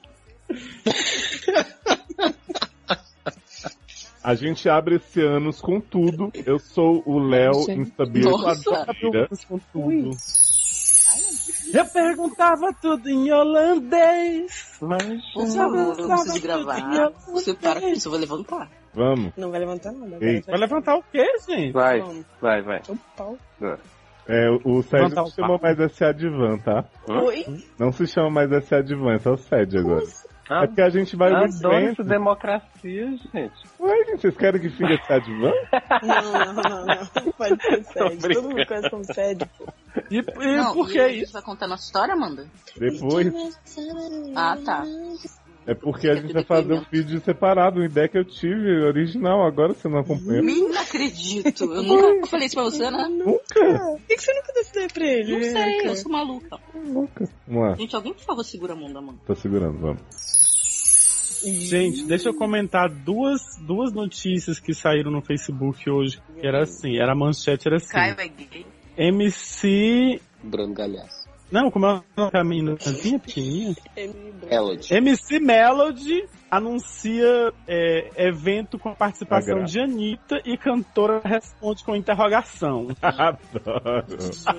A gente abre esse ano com tudo. Eu sou o Léo Instabir. Com tudo. Eu perguntava tudo em holandês. Por favor, eu preciso gravar. Você para com isso, eu vou levantar. Vamos. Não vai levantar nada. Ei. Vai levantar o quê, gente? Vai. O pau. O SED não se chama mais SA Divan, tá? Oi? Não se chama mais SA Divan, é só o SED agora. É porque a gente vai no Adoro essa evento. democracia, gente. Ué, gente, vocês querem que fique SA Divan? Não. Pode ser SED. Todo mundo conhece como SED, pô. E Não, por e que a isso? gente vai contar nossa história, Amanda? Depois. Ah, tá. É porque a gente vai fazer um vídeo separado, uma ideia que eu tive original, agora você não acompanha. Não acredito. Eu nunca falei isso pra você, né? Nunca. Por que você nunca deu essa ideia pra ele? Não sei, eu sou maluca. Nunca. Vamos lá. Gente, alguém por favor segura a mão da Amanda. Tô segurando, vamos. Gente, deixa eu comentar duas notícias que saíram no Facebook hoje. Que era assim, a manchete era assim. Caio é gay. MC... Bruno Galhaço. Não, como é a meninazinha pequenininha? Melody. MC Melody anuncia evento com a participação de Anitta e cantora responde com interrogação. Adoro.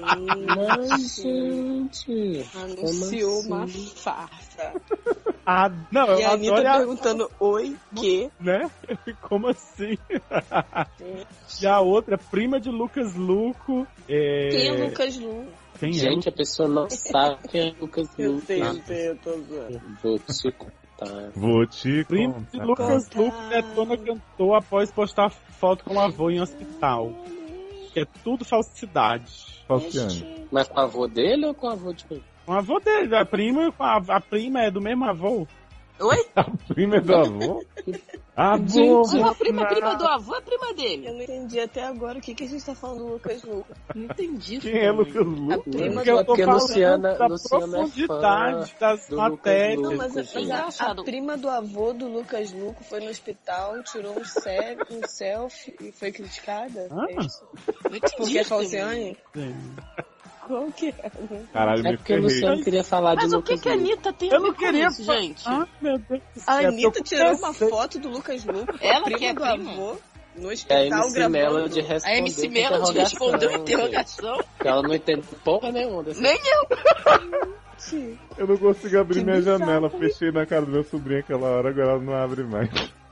Gente. Anunciou uma farsa. Não, E a Anitta perguntando, oi, que? Né? Como assim? E a outra, prima de Lucas Luco. Quem é Lucas Luco? Quem Gente, a pessoa não sabe quem é Lucas Eu Luco. sei, eu tô zoando. Vou te contar. Vou te Primo de contar. Lucas Luco detona cantor após postar foto com o avô em hospital. Que é tudo falsidade. Falciane. Mas com o avô dele ou com o avô de quem? Com o avô dele, a prima é do mesmo avô. Oi? A prima é do avô? Avô! Gente, a prima do avô é prima dele. Eu não entendi até agora o que a gente tá falando do Lucas Luco. Não entendi. Quem é Lucas Luco? A prima Porque eu tô Porque falando Luciana da Luciana profundidade é fã das do matérias. Lucas Não, mas Luco, gente. a prima do avô do Lucas Luco foi no hospital, tirou um selfie e foi criticada? É isso? Porque é Falciane? Qual que é? Caralho, É me porque o ferrei. Luciano queria falar de Mas o Lucas que a Luco. Anitta tem Eu a ver não com queria isso, gente? Ah, meu Deus do céu. A Anitta tirou uma comecei- foto do Lucas Luco, Ela a prima que é do prima? avô, no A hospital MC gravando. Melody respondeu A MC com Melody respondeu a gente. interrogação. Porque ela não entende porra nenhuma desse Nem eu. Eu não consigo abrir Que minha bizarro. janela. Fechei na casa do meu sobrinho aquela hora, agora ela não abre mais.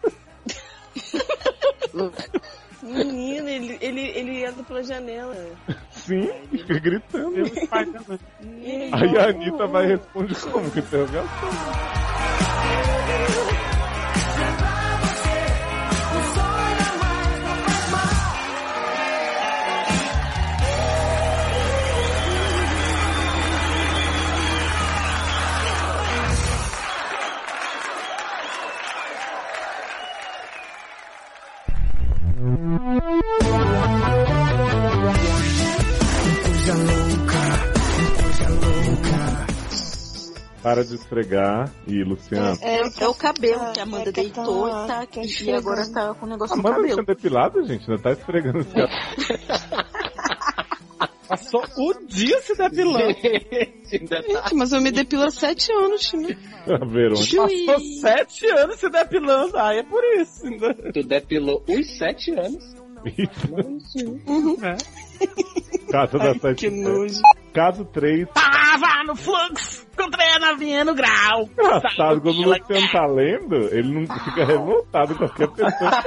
Menino, ele entra pela janela. Sim, fica gritando. Deus pai também. Aí a Anitta vai e responde como? Com interrogação. Para de esfregar. E Luciano. É o cabelo que a Amanda deitou e tá aqui. E agora tá com o negócio no Amanda tinha cabelo. depilado, gente? Ainda tá esfregando esse cabelo. Passou o dia se depilando. Gente, mas eu me depilo há 7 anos, né? A Verônica. Passou 7 anos se depilando. Aí é por isso. Né? Tu depilou os 7 anos. Casa da Sete. Que nojo. Caso 3. Tava no fluxo, encontrei a navinha no grau. Engraçado, quando o Luciano tá lendo, ele não fica revoltado com qualquer pessoa.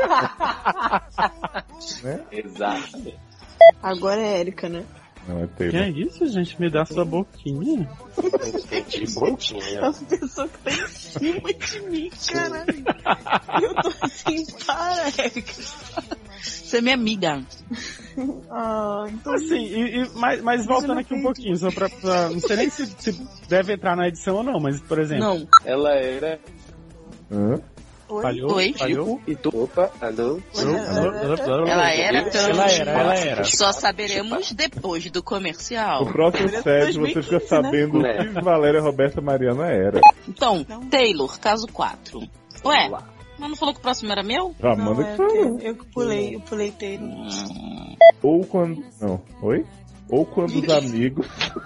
Né? Exato. Agora é Érica, né? Não, é Que Taylor. é isso, gente? Me dá sua boquinha. Que bonitinho. As pessoas que tá em cima de mim, caralho. Eu tô assim, para, Érica. Você é minha amiga. Ah, então. Assim, mas voltando aqui um pouquinho, só pra não sei nem se deve entrar na edição ou não, mas, por exemplo... Não. Ela era. Hã? Falhou? Oi? Falhou? E tu. Opa, alô? Ela era. Ela era. Só saberemos depois do comercial. O próximo sede você fica sabendo o Né? que Valéria Roberta Mariana era. Então, Taylor, caso 4. Ué, mas não falou que o próximo era meu? A Amanda que falou. Eu pulei Taylor. Ou quando. Não. Oi? Ou quando os amigos.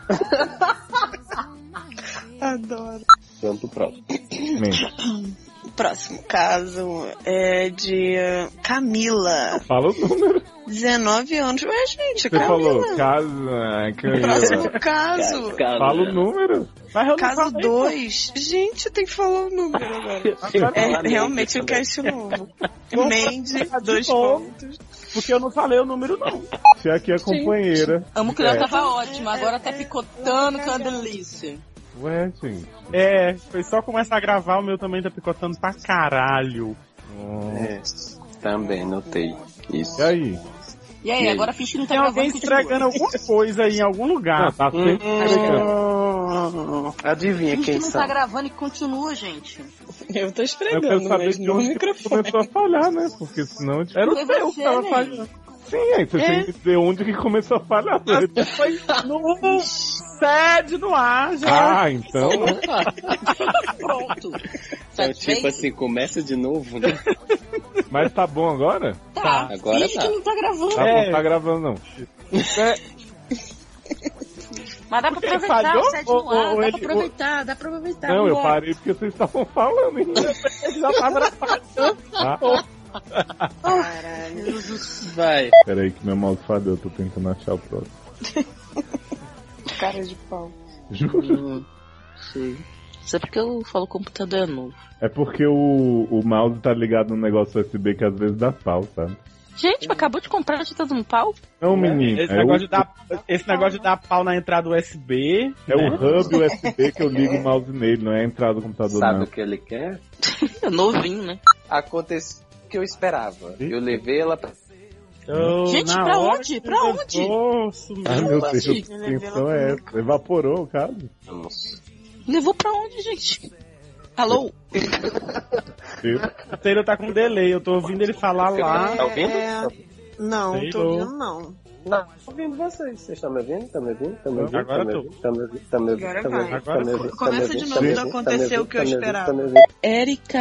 Adoro. Vamos pro próximo. O próximo caso é de Camila. Fala o número. 19 anos. Ué, gente, Você Camila. falou caso. Próximo caso. Fala o número. Mas eu não Caso falei, 2. Gente, tem que falar o número agora. É realmente o cast novo. Mandy, 2 pontos. porque eu não falei o número, não. Você aqui é a companheira. Amo que o Léo tava ótimo, agora tá picotando, que é uma delícia. Ué, gente. É, foi só começar a gravar, o meu também tá picotando pra caralho. É, também notei isso. E aí? E aí, agora finge que não tá Tem alguém gravando. continua. esfregando alguma coisa aí em algum lugar. Não, tá sempre esfregando. Adivinha Finge que quem não são? tá gravando e continua, gente. Eu tô Eu esfregando, quero saber mas de no onde que microfone. começou a falhar, né? Porque senão... Tipo... Era o Foi teu você, que tava né? falhando. Sim, aí você tem que dizer onde que começou a falhar. Né? Foi no sede no ar, gente. Ah, então... Pronto. Então, tipo assim, começa de novo, né? Mas tá bom agora? Tá, Agora finge tá. que não tá gravando. Tá, É. não tá gravando, não. Mas dá pra aproveitar falhou? o sede no ar, Ou dá ele- pra aproveitar, dá pra aproveitar. Não, eu vambora. parei porque vocês estavam falando ainda. Já tava na Ah, Caralho. Vai. peraí que meu mouse falhou, eu tô tentando achar o próximo. Cara de pau. Juro? Sei. Isso é porque eu falo que o computador é novo. É porque o mouse tá ligado num negócio USB que às vezes dá pau, sabe? Gente, acabou de comprar, já tá dando pau? Não, menino. Esse negócio de dar pau na entrada USB. É o hub USB que eu ligo o mouse nele, não é a entrada do computador. Sabe não. o que ele quer? É novinho, né? Aconteceu o que eu esperava. Eu levei ela pra... Gente, pra onde? Pra onde? Ai, meu Deus, que tensão é essa? Evaporou o caso? Nossa. Levou pra onde, gente? Alô? O Taylor tá com delay, eu tô ouvindo ele falar lá. Tá ouvindo? Não, Taylor. tô ouvindo não. Não, tô ouvindo vocês. Vocês estão me ouvindo? Estão me ouvindo? Estão me ouvindo? Agora tô. Estão me ouvindo? Estão me ouvindo? Agora Estão me vai. ouvindo? Agora Estão me ouvindo? foi. Começa de novo, não aconteceu o que eu esperava. Érica.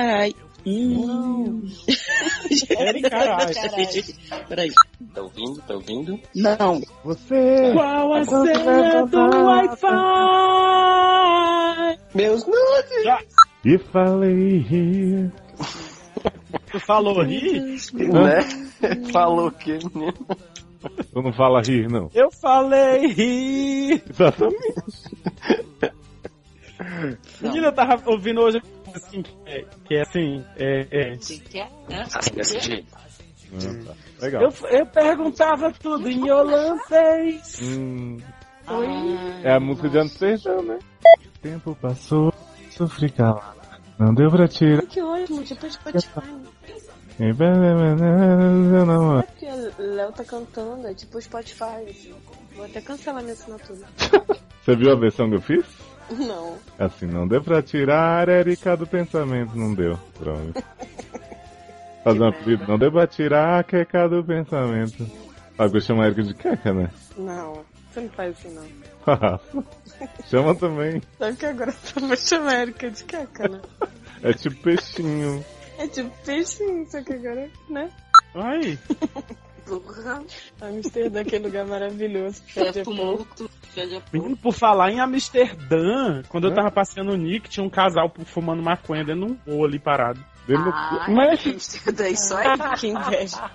Érica, caralho. Peraí. Tá ouvindo? Tá ouvindo? Não. Você! Qual a senha do Wi-Fi? Meus nudes! E falei rir. Tu falou rir? Né? Falou o que, menino? Tu não fala rir, não. Eu falei rir. Exatamente. Menina, eu tava ouvindo hoje assim, que é assim, Assim, desse jeito. Tá. Legal. eu perguntava tudo em holandês. É a música de Amsterdã, né? O tempo passou, sofri calado. Não deu pra tirar. Que ótimo, tipo Spotify. Eu não... É porque o Léo tá cantando, é tipo Spotify. Assim. Vou até cancelar minha assinatura. Você viu a versão que eu fiz? Não. Assim, não deu pra tirar a Erika do pensamento, não deu. Pronto. Fazer um apelido, não deu pra tirar a Keka do pensamento. Agora chama a Erika de Keka, né? Não, você não faz assim não. Chama também. Sabe que agora eu vou chamar a Erika de Keka, né? É tipo peixinho. É tipo peixinho, só que agora, né? Ai. Amsterdã, aquele lugar maravilhoso. Menino, por falar em Amsterdã, quando eu tava passeando o Nick, tinha um casal fumando maconha dentro de um voo ali parado. Mas Amsterdã, isso aí. Que inveja.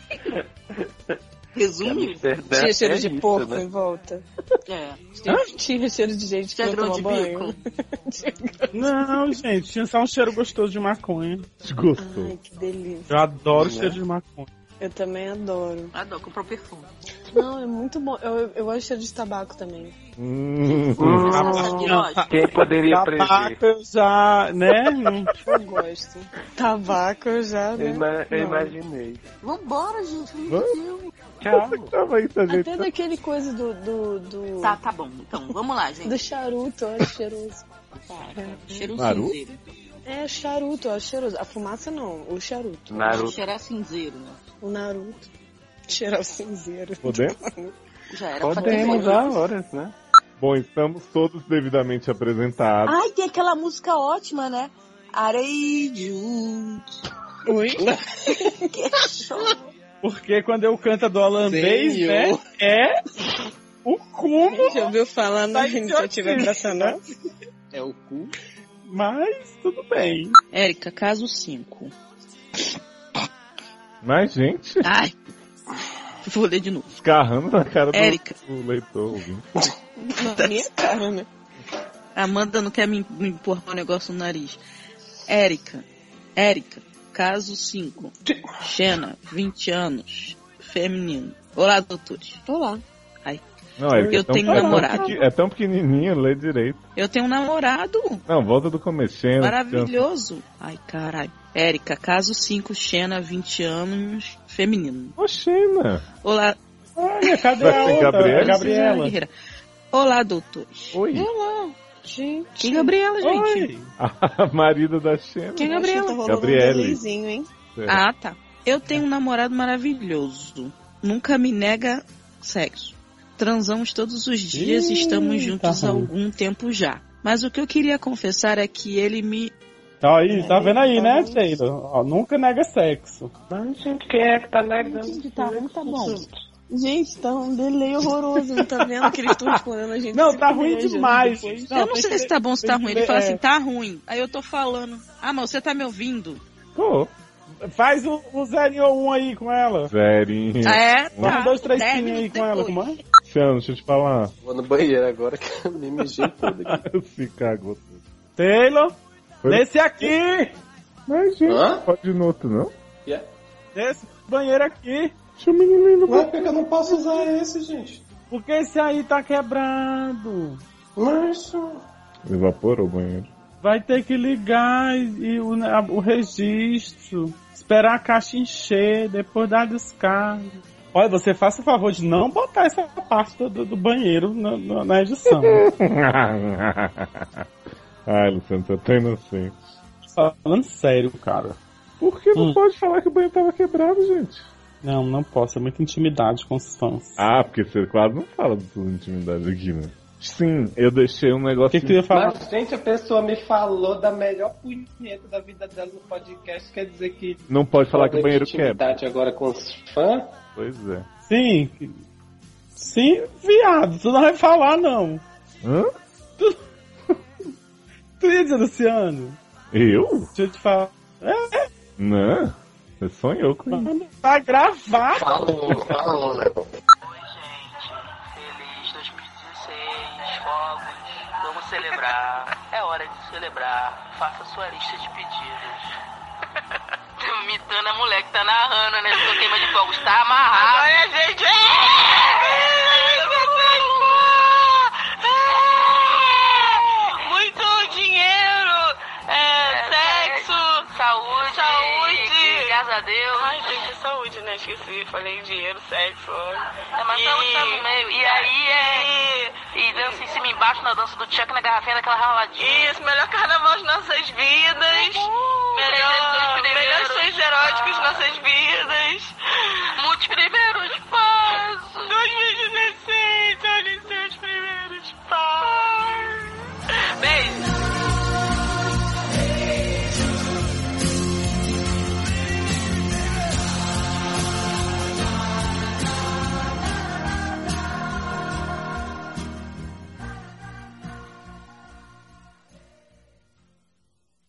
Resume. Tinha cheiro de isso, porco né? em volta. É. Tinha cheiro de gente que não toma banho. Não, gente, tinha só um cheiro gostoso de maconha. Gostou. Ai, que delícia. Eu adoro o cheiro de maconha. Eu também adoro. Adoro comprar perfume. Não, é muito bom. Eu gosto de cheiro de tabaco também. Quem poderia prever? Tabaco eu já, né? Eu gosto. Tabaco eu já, né? Eu imaginei. Vambora, gente. Tchau. Até daquele coisa do... Tá bom. Então, vamos lá, gente. Do charuto, eu acho cheiroso. Cheiro Naruto? cinzeiro. É, charuto, eu acho cheiroso. A fumaça não, o charuto. Naruto. Cheirar cinzeiro, né? O Naruto. Cheirar o cinzeiro. Podemos? Já era Podemos dar horas, né? Bom, estamos todos devidamente apresentados. Ai, tem aquela música ótima, né? Areijo. Oi? Que show. Porque quando eu canto do holandês, né? É o cubo. Já ouviu falar na iniciativa abraçando? É o cu. Mas tudo bem. Érica, caso 5. Mas, gente, Ai. Vou ler de novo. escarrando na cara Érica. do leitor. Ouvinte. Na minha cara, né? Amanda não quer me empurrar o negócio no nariz. Érica, caso 5. Xena, 20 anos. Feminino. Olá, doutores. Olá. Ai. Não, Érica, Eu tenho um namorado. É tão pequenininha, lê direito. Eu tenho um namorado. Não, volta do comecinho. Maravilhoso. Ai, caralho. Érica, caso 5, Xena, 20 anos, feminino. Oxena. Olá. Olha, cadê Vai a ser outra? Gabriela? A Gabriela. Guerreira. Olá, doutores. Oi. Olá. Gente. Quem é Gabriela, gente? Oi. A marido da Xena. Quem é Acho que Gabriela? tá rolando Gabriele. um delayzinho, hein? Ah, tá. Eu tenho um namorado maravilhoso. Nunca me nega sexo. Transamos todos os dias e estamos juntos há algum tempo já. Mas o que eu queria confessar é que ele me... Tá aí, tá vendo aí, né, Taylor? Ó, nunca nega sexo. Mas, gente, quem é que tá negando? Tá bom. Gente, tá um delay horroroso. Não tá vendo que eles estão respondendo a gente? Não, tá ruim demais. Depois. eu não sei se tá bom ou se tá ruim. Ele fala assim, tá. tá ruim. Aí eu tô falando. Ah, mas você tá me ouvindo? Pô, Faz o 0 ou 1 aí com ela. zerinho. É, Dá tá. um 2, 3 10 pinhos aí minutos com ela, depois. como é? Xena, deixa eu te falar. Vou no banheiro agora que eu me mijei tudo aqui. Se cagou tudo. Taylor, Oi? nesse aqui! Mas, gente, Hã? pode ir no outro, não? Yeah. banheiro aqui. Deixa o menino. Ué, por que eu não posso usar esse, gente? Porque esse aí tá quebrado. Mas... Evaporou o banheiro. Vai ter que ligar e o registro. Esperar a caixa encher, depois dar a descarga. Olha, você faça o favor de não botar essa parte do banheiro na edição. Ai, Luciano, você tá inocente. Falando sério, cara. Por que não pode falar que o banheiro tava quebrado, gente? Não posso. É muita intimidade com os fãs. Ah, porque você quase não fala de sua intimidade aqui, né? Sim, eu deixei um negócio... O que tu ia falar? Mas, gente, a pessoa me falou da melhor punheta da vida dela no podcast, quer dizer que... Não pode falar que o banheiro quebra. Intimidade agora com os fãs? Pois é. Sim, viado, tu não vai falar, não. Hã? Tu ia dizer, Luciano? Eu? Deixa eu te falar. Não, você sonhou com isso. Vai gravar? Falou, né? Vamos celebrar. É hora de celebrar. Faça sua lista de pedidos. Imitando a mulher que tá narrando, né? Seu tema de fogos tá amarrado. Agora, gente! Muito dinheiro! Sexo! Saúde! Graças a Deus! Ai, tem que saúde, né? Esqueci. Falei dinheiro, sexo. Mas saúde tá no meio. E aí E dança em cima e embaixo na dança do Chuck na garrafinha daquela raladinha. Isso, melhor carnaval de nossas vidas. Melhor shows eróticos de nossas vidas.